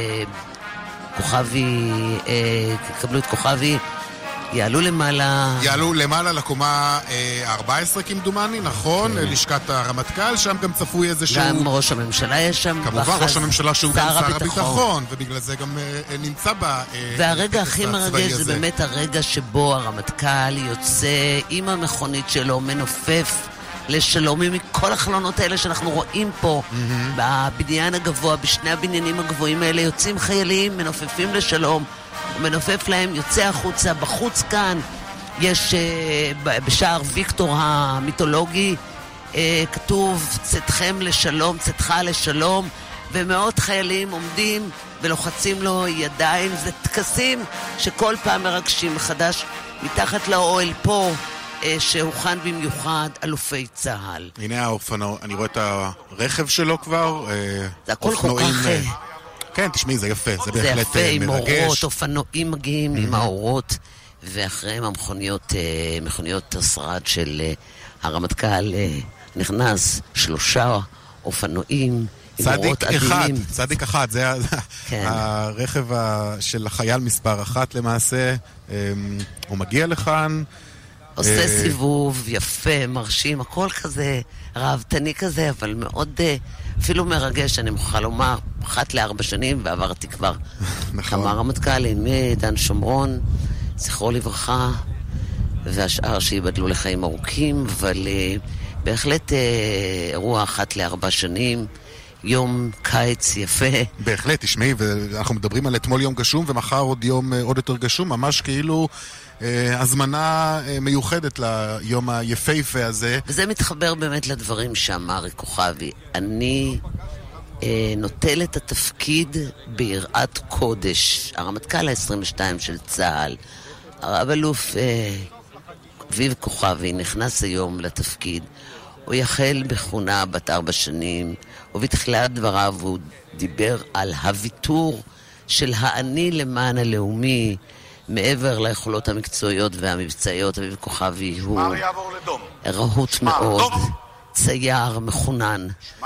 וכוכבי, קבלו את כוכבי, יעלו למעלה לקומה 14 כמדומני, נכון? לשכת הרמטכ"ל, שם גם צפוי איזשהו... גם ראש הממשלה יש שם. כמובן, ראש הממשלה שהוא גם שר הביטחון, ובגלל זה גם נמצא בה... והרגע הכי מרגש זה באמת הרגע שבו הרמטכ"ל יוצא עם המכונית שלו, מנופף לשלום, מכל החלונות האלה שאנחנו רואים פה, בבניין הגבוה, בשני הבניינים הגבוהים האלה, יוצאים חיילים, מנופפים לשלום, הוא מנופף להם, יוצא החוצה. בחוץ כאן יש בשער ויקטור המיתולוגי כתוב צאתכם לשלום, צאתך לשלום, ומאות חיילים עומדים ולוחצים לו ידיים. זה טקסים שכל פעם מרגשים מחדש. מתחת לאוהל פה שהוכן במיוחד אלופי צה"ל. הנה האופנוע, אני רואה את הרכב שלו כבר. זה הכל כל כך... כן, תשמעי, זה יפה, זה בהחלט מרגש. זה יפה, עם אורות, אופנועים מגיעים עם האורות, ואחריהם המכוניות השרד של הרמטכ"ל נכנס 3 אופנועים, צדיק אחד, זה הרכב של החייל מספר 1 למעשה, הוא מגיע לכאן. עושה סיבוב יפה, מרשים, הכל כזה רעבתני כזה, אבל מאוד אפילו מרגש, אני מוכרחה לומר, 1 ל4 שנים, ועברתי כבר כמה רמטכ"לים, דן שומרון, זכרו לברכה, והשאר שיבדלו לחיים ארוכים, אבל בהחלט אירוע 1 ל4 שנים, יום קיץ יפה. בהחלט, תשמעי, ואנחנו מדברים על אתמול יום גשום, ומחר עוד יום עוד יותר גשום, ממש כאילו הזמנה מיוחדת ליום היפהפה הזה. וזה מתחבר באמת לדברים שאמר כוכבי. אני נוטל את התפקיד ביראת קודש. הרמטכ"ל ה-22 של צה"ל, הרב אלוף אביב כוכבי, נכנס היום לתפקיד. הוא יחל בכהונה בת 4 שנים, ובתחילת דבריו הוא דיבר על הוויתור של האני למען הלאומי, מעבר ליכולות המקצועיות והמבצעיות. אביב כוכבי הוא רהוט מאוד, צייר, מחונן,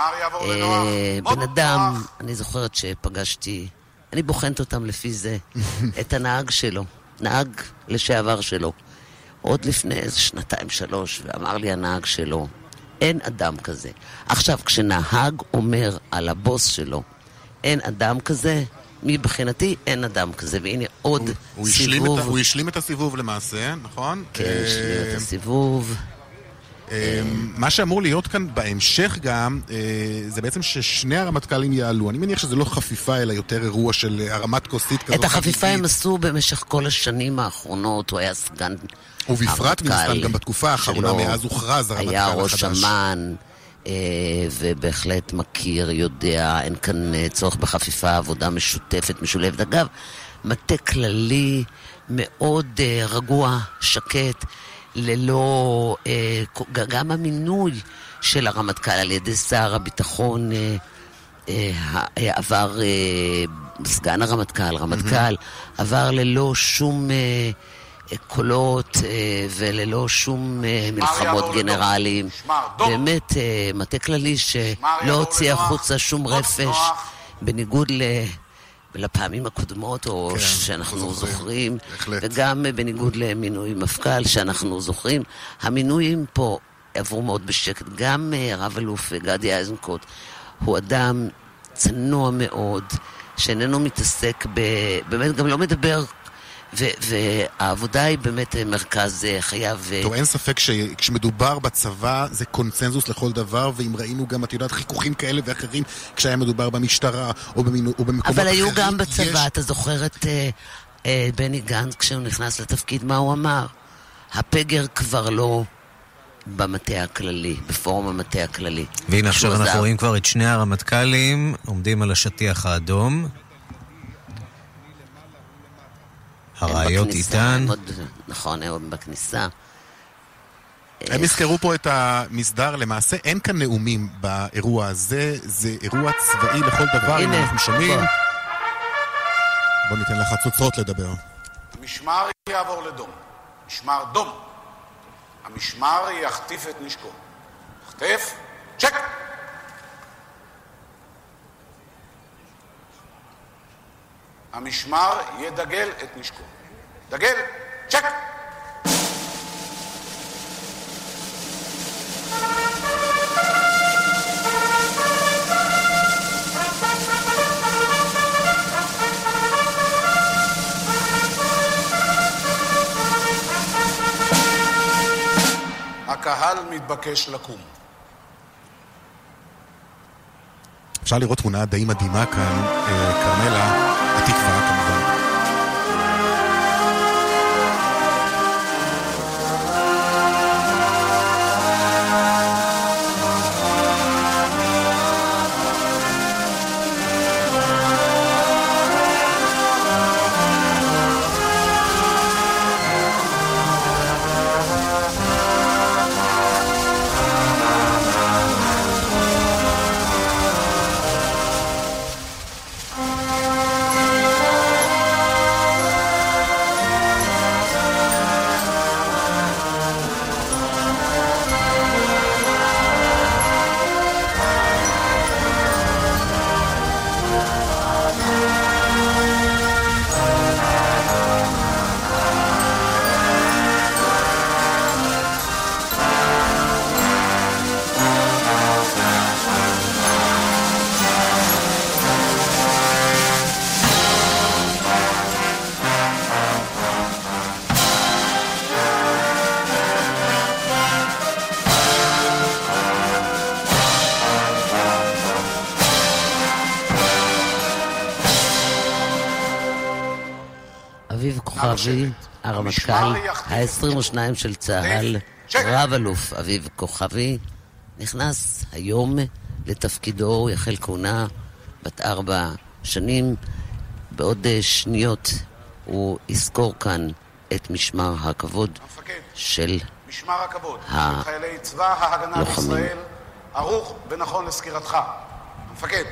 בן אדם. אני זוכרת שפגשתי, אני בוחנת אותם לפי זה, את הנהג שלו, נהג לשעבר שלו, עוד לפני 2-3, ואמר לי הנהג שלו, אין אדם כזה. עכשיו, כשנהג אומר על הבוס שלו, אין אדם כזה, מבחינתי אין אדם כזה. והנה עוד סיבוב. הוא השלים את הסיבוב למעשה, נכון? כן, השלים את הסיבוב. מה שאמור להיות כאן בהמשך גם, זה בעצם ששני הרמטכ"לים יעלו. אני מניח שזה לא חפיפה, אלא יותר אירוע של הרמת כוסית כזאת. את החפיפה הם עשו במשך כל השנים האחרונות. הוא היה סגן ובפרט מנסתן גם בתקופה האחרונה, מאז הוכרז הרמטכ"ל החדש. היה ראש אמן, ובהחלט מכיר, יודע, אין כאן צורך בחפיפה, עבודה משותפת, משולבת. אגב, מטה כללי מאוד רגוע, שקט, ללא, גם המינוי של הרמטכ"ל על ידי שר הביטחון עבר, סגן הרמטכ"ל, רמטכ"ל, עבר ללא שום קולות וללא שום מלחמות גנרלים. באמת מטה כללי שלא הוציא החוצה שום רפש, בניגוד לפעמים הקודמות או שאנחנו זוכרים, וגם בניגוד למינוי מפכ"ל שאנחנו זוכרים. המינויים פה עברו מאוד בשקט. גם רב אלוף גדי איזנקוט הוא אדם צנוע מאוד, שאיננו מתעסק באמת גם לא מדבר, והעבודה היא באמת מרכז חייו. טוב, אין ספק שכשמדובר בצבא זה קונצנזוס לכל דבר, ואם ראינו גם, את יודעת, חיכוכים כאלה ואחרים כשהיה מדובר במשטרה או במקומות אחרים. אבל היו גם בצבא, אתה זוכר את בני גנץ כשהוא נכנס לתפקיד, מה הוא אמר? הפגר כבר לא במטה הכללי, בפורום המטה הכללי. והנה עכשיו אנחנו רואים כבר את שני הרמטכ"לים עומדים על השטיח האדום. הרעיות איתן. נכון, הם בכניסה. הם הזכרו פה את המסדר, למעשה אין כאן נאומים באירוע הזה, זה אירוע צבאי לכל דבר. הנה, אנחנו שומעים. בוא ניתן לך צוצרות לדבר. המשמר יעבור לדום. משמר דום. המשמר יחטיף את נשקו. יחטף, צ'ק! המשמר ידגל את נשקו. דגל, צ'ק! הקהל מתבקש לקום. אפשר לראות תמונה די מדהימה כאן, קרמלה, התקווה כמובן. כוכבי, הרמטכ"ל ה-22 של צה"ל, רב אלוף אביב כוכבי, נכנס היום לתפקידו, הוא יחל כהונה בת 4 שנים. בעוד שניות הוא יזכור כאן את משמר הכבוד של משמר הכבוד של חיילי צבא ההגנה לישראל, ערוך ונכון לסקירתך. המפקד.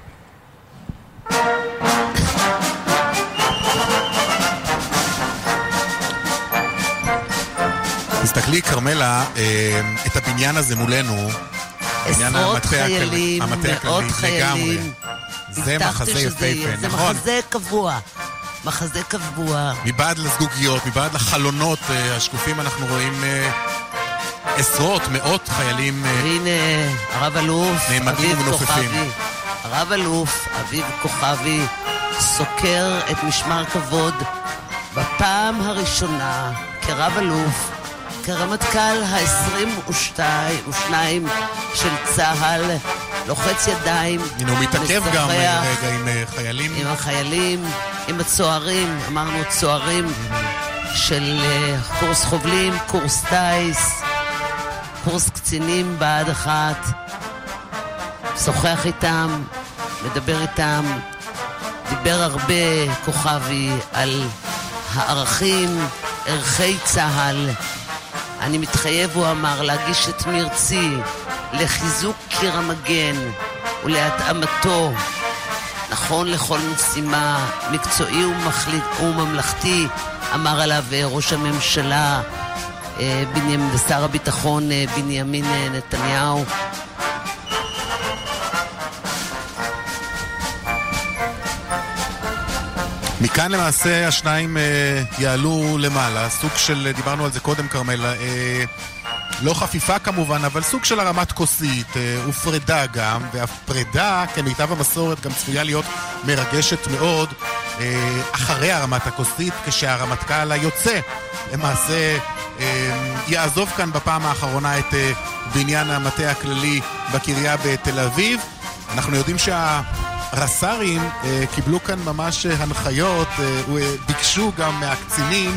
תסתכלי קרמלה, את הבניין הזה מולנו, עשרות חיילים, מאות חיילים. זה מחזה יפהפה, זה נכון? מחזה קבוע. מחזה קבוע. מבעד לזגוגיות, מבעד לחלונות השקופים אנחנו רואים עשרות, מאות חיילים. והנה הרב אלוף אביב כוכבי. הרב אלוף אביב כוכבי סוקר את משמר כבוד בפעם הראשונה כרב אלוף, כרמטכ"ל ה-22 של צה"ל, לוחץ ידיים. הנה הוא מתעכב גם רגע עם חיילים. עם החיילים, עם הצוערים, אמרנו צוערים של קורס חובלים, קורס טייס, קורס קצינים בעד אחת. שוחח איתם, מדבר איתם, דיבר הרבה כוכבי על הערכים, ערכי צה"ל. אני מתחייב, הוא אמר, להגיש את מרצי לחיזוק קיר המגן ולהתאמתו נכון לכל משימה, מקצועי וממלכתי, אמר עליו ראש הממשלה ושר הביטחון בנימין נתניהו. מכאן למעשה השניים יעלו למעלה, סוג של, דיברנו על זה קודם קרמלה, לא חפיפה כמובן, אבל סוג של הרמת כוסית, ופרדה גם, והפרדה כמיטב המסורת גם צפויה להיות מרגשת מאוד אחרי הרמת הכוסית, כשהרמטכ"ל היוצא למעשה יעזוב כאן בפעם האחרונה את בניין המטה הכללי בקריה בתל אביב. אנחנו יודעים הרס"רים קיבלו כאן ממש הנחיות, ביקשו גם מהקצינים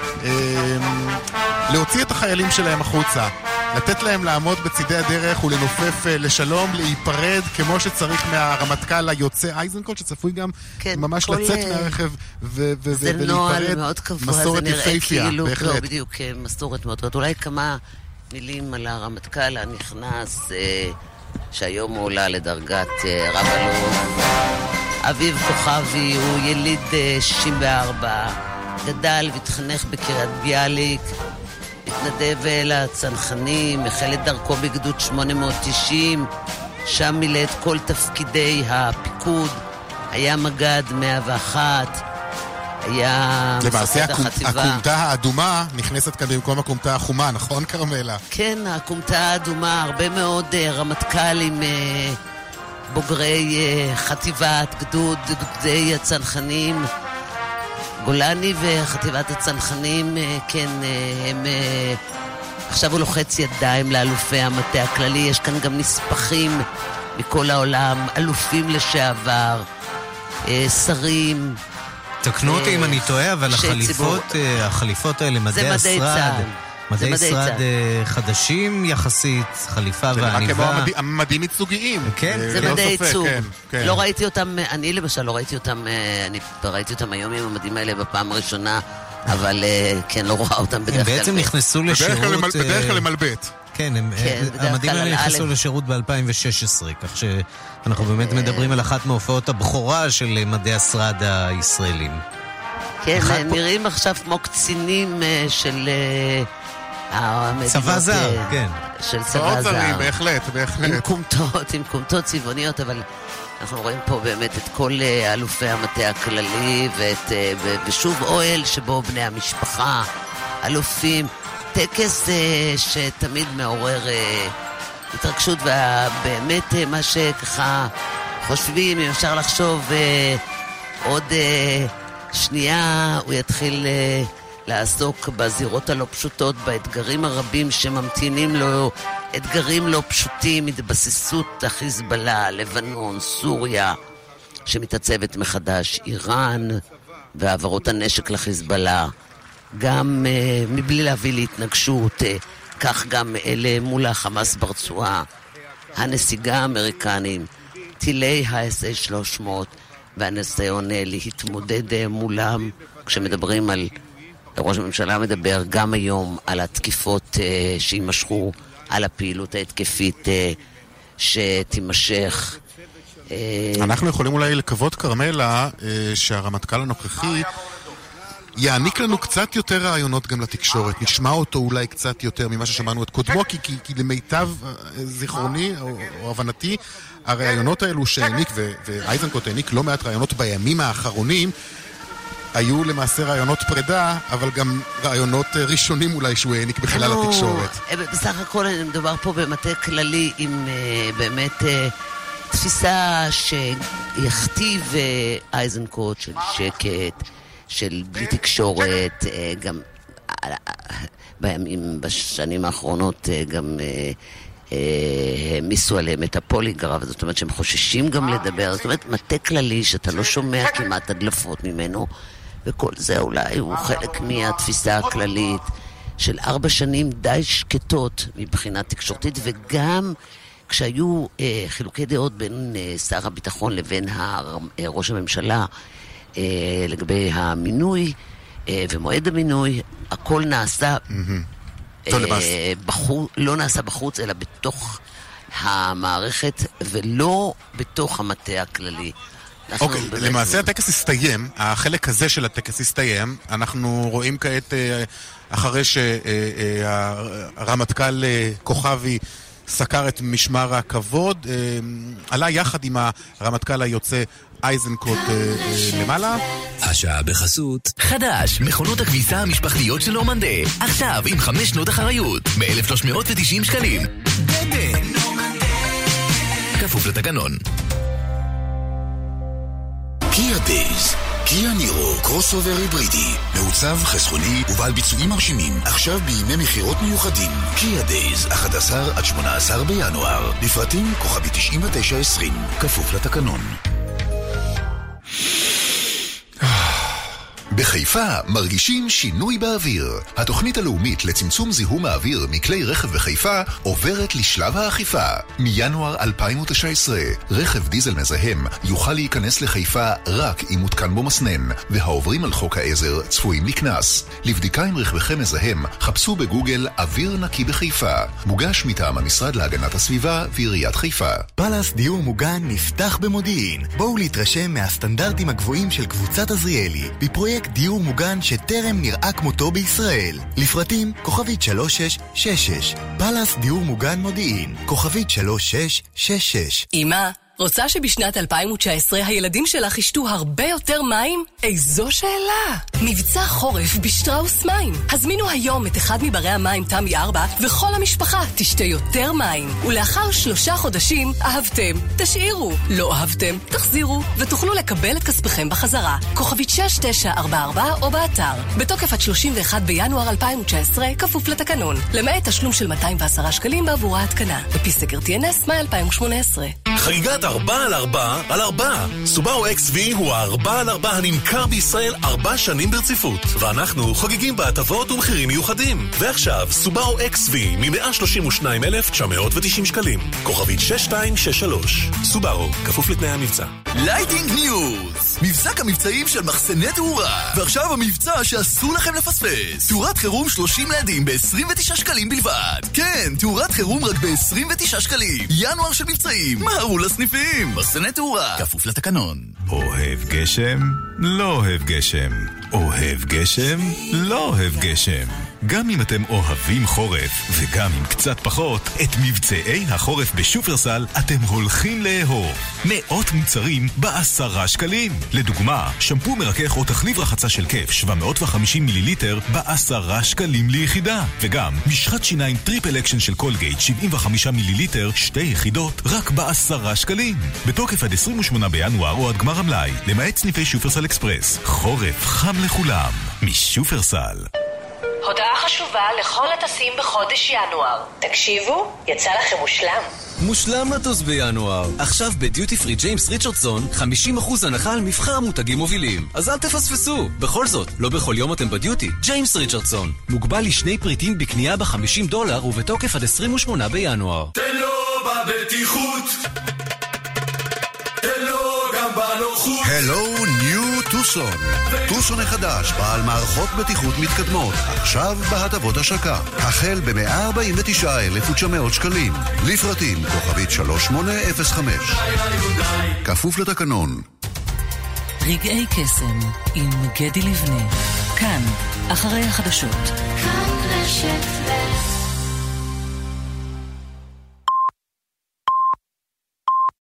להוציא את החיילים שלהם החוצה, לתת להם לעמוד בצידי הדרך ולנופף לשלום, להיפרד כמו שצריך מהרמטכ"ל היוצא איזנקוט, שצפוי גם ממש לצאת מהרכב ולהיפרד. זה נועל מאוד קבוע, זה נראה כאילו, לא, בדיוק, מסורת מאוד. אולי כמה מילים על הרמטכ"ל הנכנס, שהיום הוא עולה לדרגת רב אלוף. אביב כוכבי הוא יליד 64, גדל והתחנך בקריית ביאליק, התנדב לצנחנים, החל את דרכו בגדוד 890, שם מילא את כל תפקידי הפיקוד, היה מג"ד 101, היה למעשה הקומתה האדומה נכנסת כאן במקום הקומתה החומה, נכון קרמלה? כן, הקומתה האדומה, הרבה מאוד רמטכ"לים בוגרי חטיבת גדודי הצנחנים, גולני וחטיבת הצנחנים, כן, הם עכשיו הוא לוחץ ידיים לאלופי המטה הכללי. יש כאן גם נספחים מכל העולם, אלופים לשעבר, שרים. תקנו אותי אם אני טועה, אבל החליפות האלה, מדעי השרד, מדעי שרד חדשים יחסית, חליפה ועניבה. מדים ייצוגיים. כן, זה מדעי ייצוג. לא ראיתי אותם, אני למשל לא ראיתי אותם, אני ראיתי אותם היום עם המדים האלה בפעם הראשונה, אבל כן, לא רואה אותם בדרך כלל. הם בעצם נכנסו לשירות... בדרך כלל למלבט. כן, המדים האלה נכנסו לשירות ב-2016, כך שאנחנו באמת מדברים על אחת מהופעות הבכורה של מדעי השרד הישראלים. כן, נראים עכשיו כמו קצינים של... צבא זר, כן. של צבא זר. בהחלט. עם קומתות צבעוניות, אבל אנחנו רואים פה באמת את כל אלופי המטה הכללי, ושוב אוהל שבו בני המשפחה, אלופים, טקס שתמיד מעורר התרגשות, ובאמת מה שככה חושבים, אם אפשר לחשוב עוד שנייה, הוא יתחיל לעסוק בזירות הלא פשוטות, באתגרים הרבים שממתינים לו, אתגרים לא פשוטים, התבססות החיזבאללה, לבנון, סוריה, שמתעצבת מחדש, איראן, והעברות הנשק לחיזבאללה, גם מבלי להביא להתנגשות, כך גם אלה מול החמאס ברצועה, הנסיגה האמריקנים, טילי ה-SA-300 והניסיון להתמודד מולם. כשמדברים על, ראש הממשלה מדבר גם היום על התקיפות שימשכו, על הפעילות ההתקפית שתימשך. אנחנו יכולים אולי לקוות, קרמלה, שהרמטכ"ל הנוכחי יעניק לנו קצת יותר רעיונות גם לתקשורת. נשמע אותו אולי קצת יותר ממה ששמענו את קודמו, כי למיטב זיכרוני או הבנתי, הרעיונות האלו שהעניק, ואייזנקוט העניק לא מעט רעיונות בימים האחרונים, היו למעשה רעיונות פרידה, אבל גם רעיונות ראשונים אולי שהוא העניק בכלל לתקשורת. בסך הכל מדובר פה במטה כללי עם באמת תפיסה שיכתיב אייזנקוט של שקט, של בלי תקשורת, גם בשנים האחרונות גם העמיסו עליהם את הפוליגרף, זאת אומרת שהם חוששים גם לדבר, זאת אומרת מטה כללי שאתה לא שומע כמעט הדלפות ממנו, וכל זה אולי הוא חלק מהתפיסה הכללית של 4 שנים די שקטות מבחינה תקשורתית, וגם כשהיו חילוקי דעות בין שר הביטחון לבין ראש הממשלה לגבי המינוי ומועד המינוי, הכל נעשה לא נעשה בחוץ אלא בתוך המערכת ולא בתוך המטה הכללי. אוקיי, למעשה הטקס הסתיים, החלק הזה של הטקס הסתיים, אנחנו רואים כעת אחרי שהרמטכ"ל כוכבי סקר את משמר הכבוד, עלה יחד עם הרמטכ"ל היוצא אייזנקוט למעלה. השעה בחסות חדש, מכונות הכביסה המשפחתיות של נורמנדה, עכשיו עם 5 שנות אחריות ב-1,390 שקלים. דדן כפוף לתקנון. קיה דייז, קיה נירו, קרוס אובר היברידי, מעוצב, חסכוני ובעל ביצועים מרשימים, עכשיו בימי מחירות מיוחדים. קיה דייז, 11 עד 18 בינואר, בפרטים כוכבי 9920, כפוף לתקנון. בחיפה מרגישים שינוי באוויר. התוכנית הלאומית לצמצום זיהום האוויר מכלי רכב בחיפה עוברת לשלב האכיפה. מינואר 2019, רכב דיזל מזהם יוכל להיכנס לחיפה רק אם מותקן בו מסנן, והעוברים על חוק העזר צפויים לקנס. לבדיקה עם רכבכם מזהם, חפשו בגוגל אוויר נקי בחיפה. מוגש מטעם המשרד להגנת הסביבה ועיריית חיפה. פלאס דיור מוגן נפתח במודיעין. בואו להתרשם מהסטנדרטים הגבוהים של קבוצת עזריאלי בפרויקט דיור מוגן שטרם נראה כמותו בישראל. לפרטים כוכבית 3666. פלאס דיור מוגן מודיעין, כוכבית 3666. אמא, רוצה שבשנת 2019 הילדים שלך ישתו הרבה יותר מים? איזו שאלה! מבצע חורף בשטראוס מים. הזמינו היום את אחד מברי המים תמי 4 וכל המשפחה תשתה יותר מים. ולאחר 3 חודשים אהבתם, תשאירו. לא אהבתם, תחזירו ותוכלו לקבל את כספכם בחזרה. כוכבית 6944 או באתר. בתוקף עד 31 בינואר 2019 כפוף לתקנון. למעט תשלום של 210 שקלים בעבור ההתקנה. בפי סקר TNS מאי 2018. חגיגת 4x4 סובארו XV הוא ה4x4 הנמכר בישראל 4 שנים ברציפות, ואנחנו חוגגים בהטבות ומחירים מיוחדים. ועכשיו סובארו XV מ-132,990 שקלים, כוכבית 6263. סובארו, כפוף לתנאי המבצע. לייטינג ניוז, מבזק המבצעים של מחסני תאורה. ועכשיו המבצע שאסור לכם לפספס, תאורת חירום 30 לדים ב-29 שקלים בלבד. כן, תאורת חירום רק ב-29 שקלים. ינואר של מבצעים, מהרו לסניפים. מחסני תאורה, כפוף לתקנון. אוהב גשם? לא אוהב גשם. אוהב גשם? לא אוהב גשם. גם אם אתם אוהבים חורף, וגם אם קצת פחות, את מבצעי החורף בשופרסל אתם הולכים לאהוב. 100 מוצרים ב10 שקלים. לדוגמה, שמפו מרכך או תחליב רחצה של כיף 750 מיליליטר ב10 שקלים ליחידה. וגם משחת שיניים טריפל אקשן של קולגייט 75 מיליליטר 2 יחידות רק ב10 שקלים. בתוקף עד 28 בינואר או עד גמר המלאי, למעט סניפי שופרסל אקספרס. חורף חם לכולם משופרסל. הודעה חשובה לכל הטסים בחודש ינואר. תקשיבו, יצא לכם מושלם. מושלם לטוס בינואר. עכשיו בדיוטי פרי ג'יימס ריצ'רדסון 50% הנחה על מבחר מותגים מובילים. אז אל תפספסו. בכל זאת, לא בכל יום אתם בדיוטי. ג'יימס ריצ'רדסון. מוגבל לשני פריטים בקנייה $50 ובתוקף עד 28 בינואר. תן לו בבטיחות, תן לו גם בנוחות. הלו ניו טוסון. טוסון החדש בעל מערכות בטיחות מתקדמות, עכשיו בהטבות השקה, החל ב-149,900 שקלים. לפרטים כוכבית 3805. כפוף לתקנון. רגעי קסם עם גדי לבנה. כאן, אחרי החדשות. כאן רשת ב'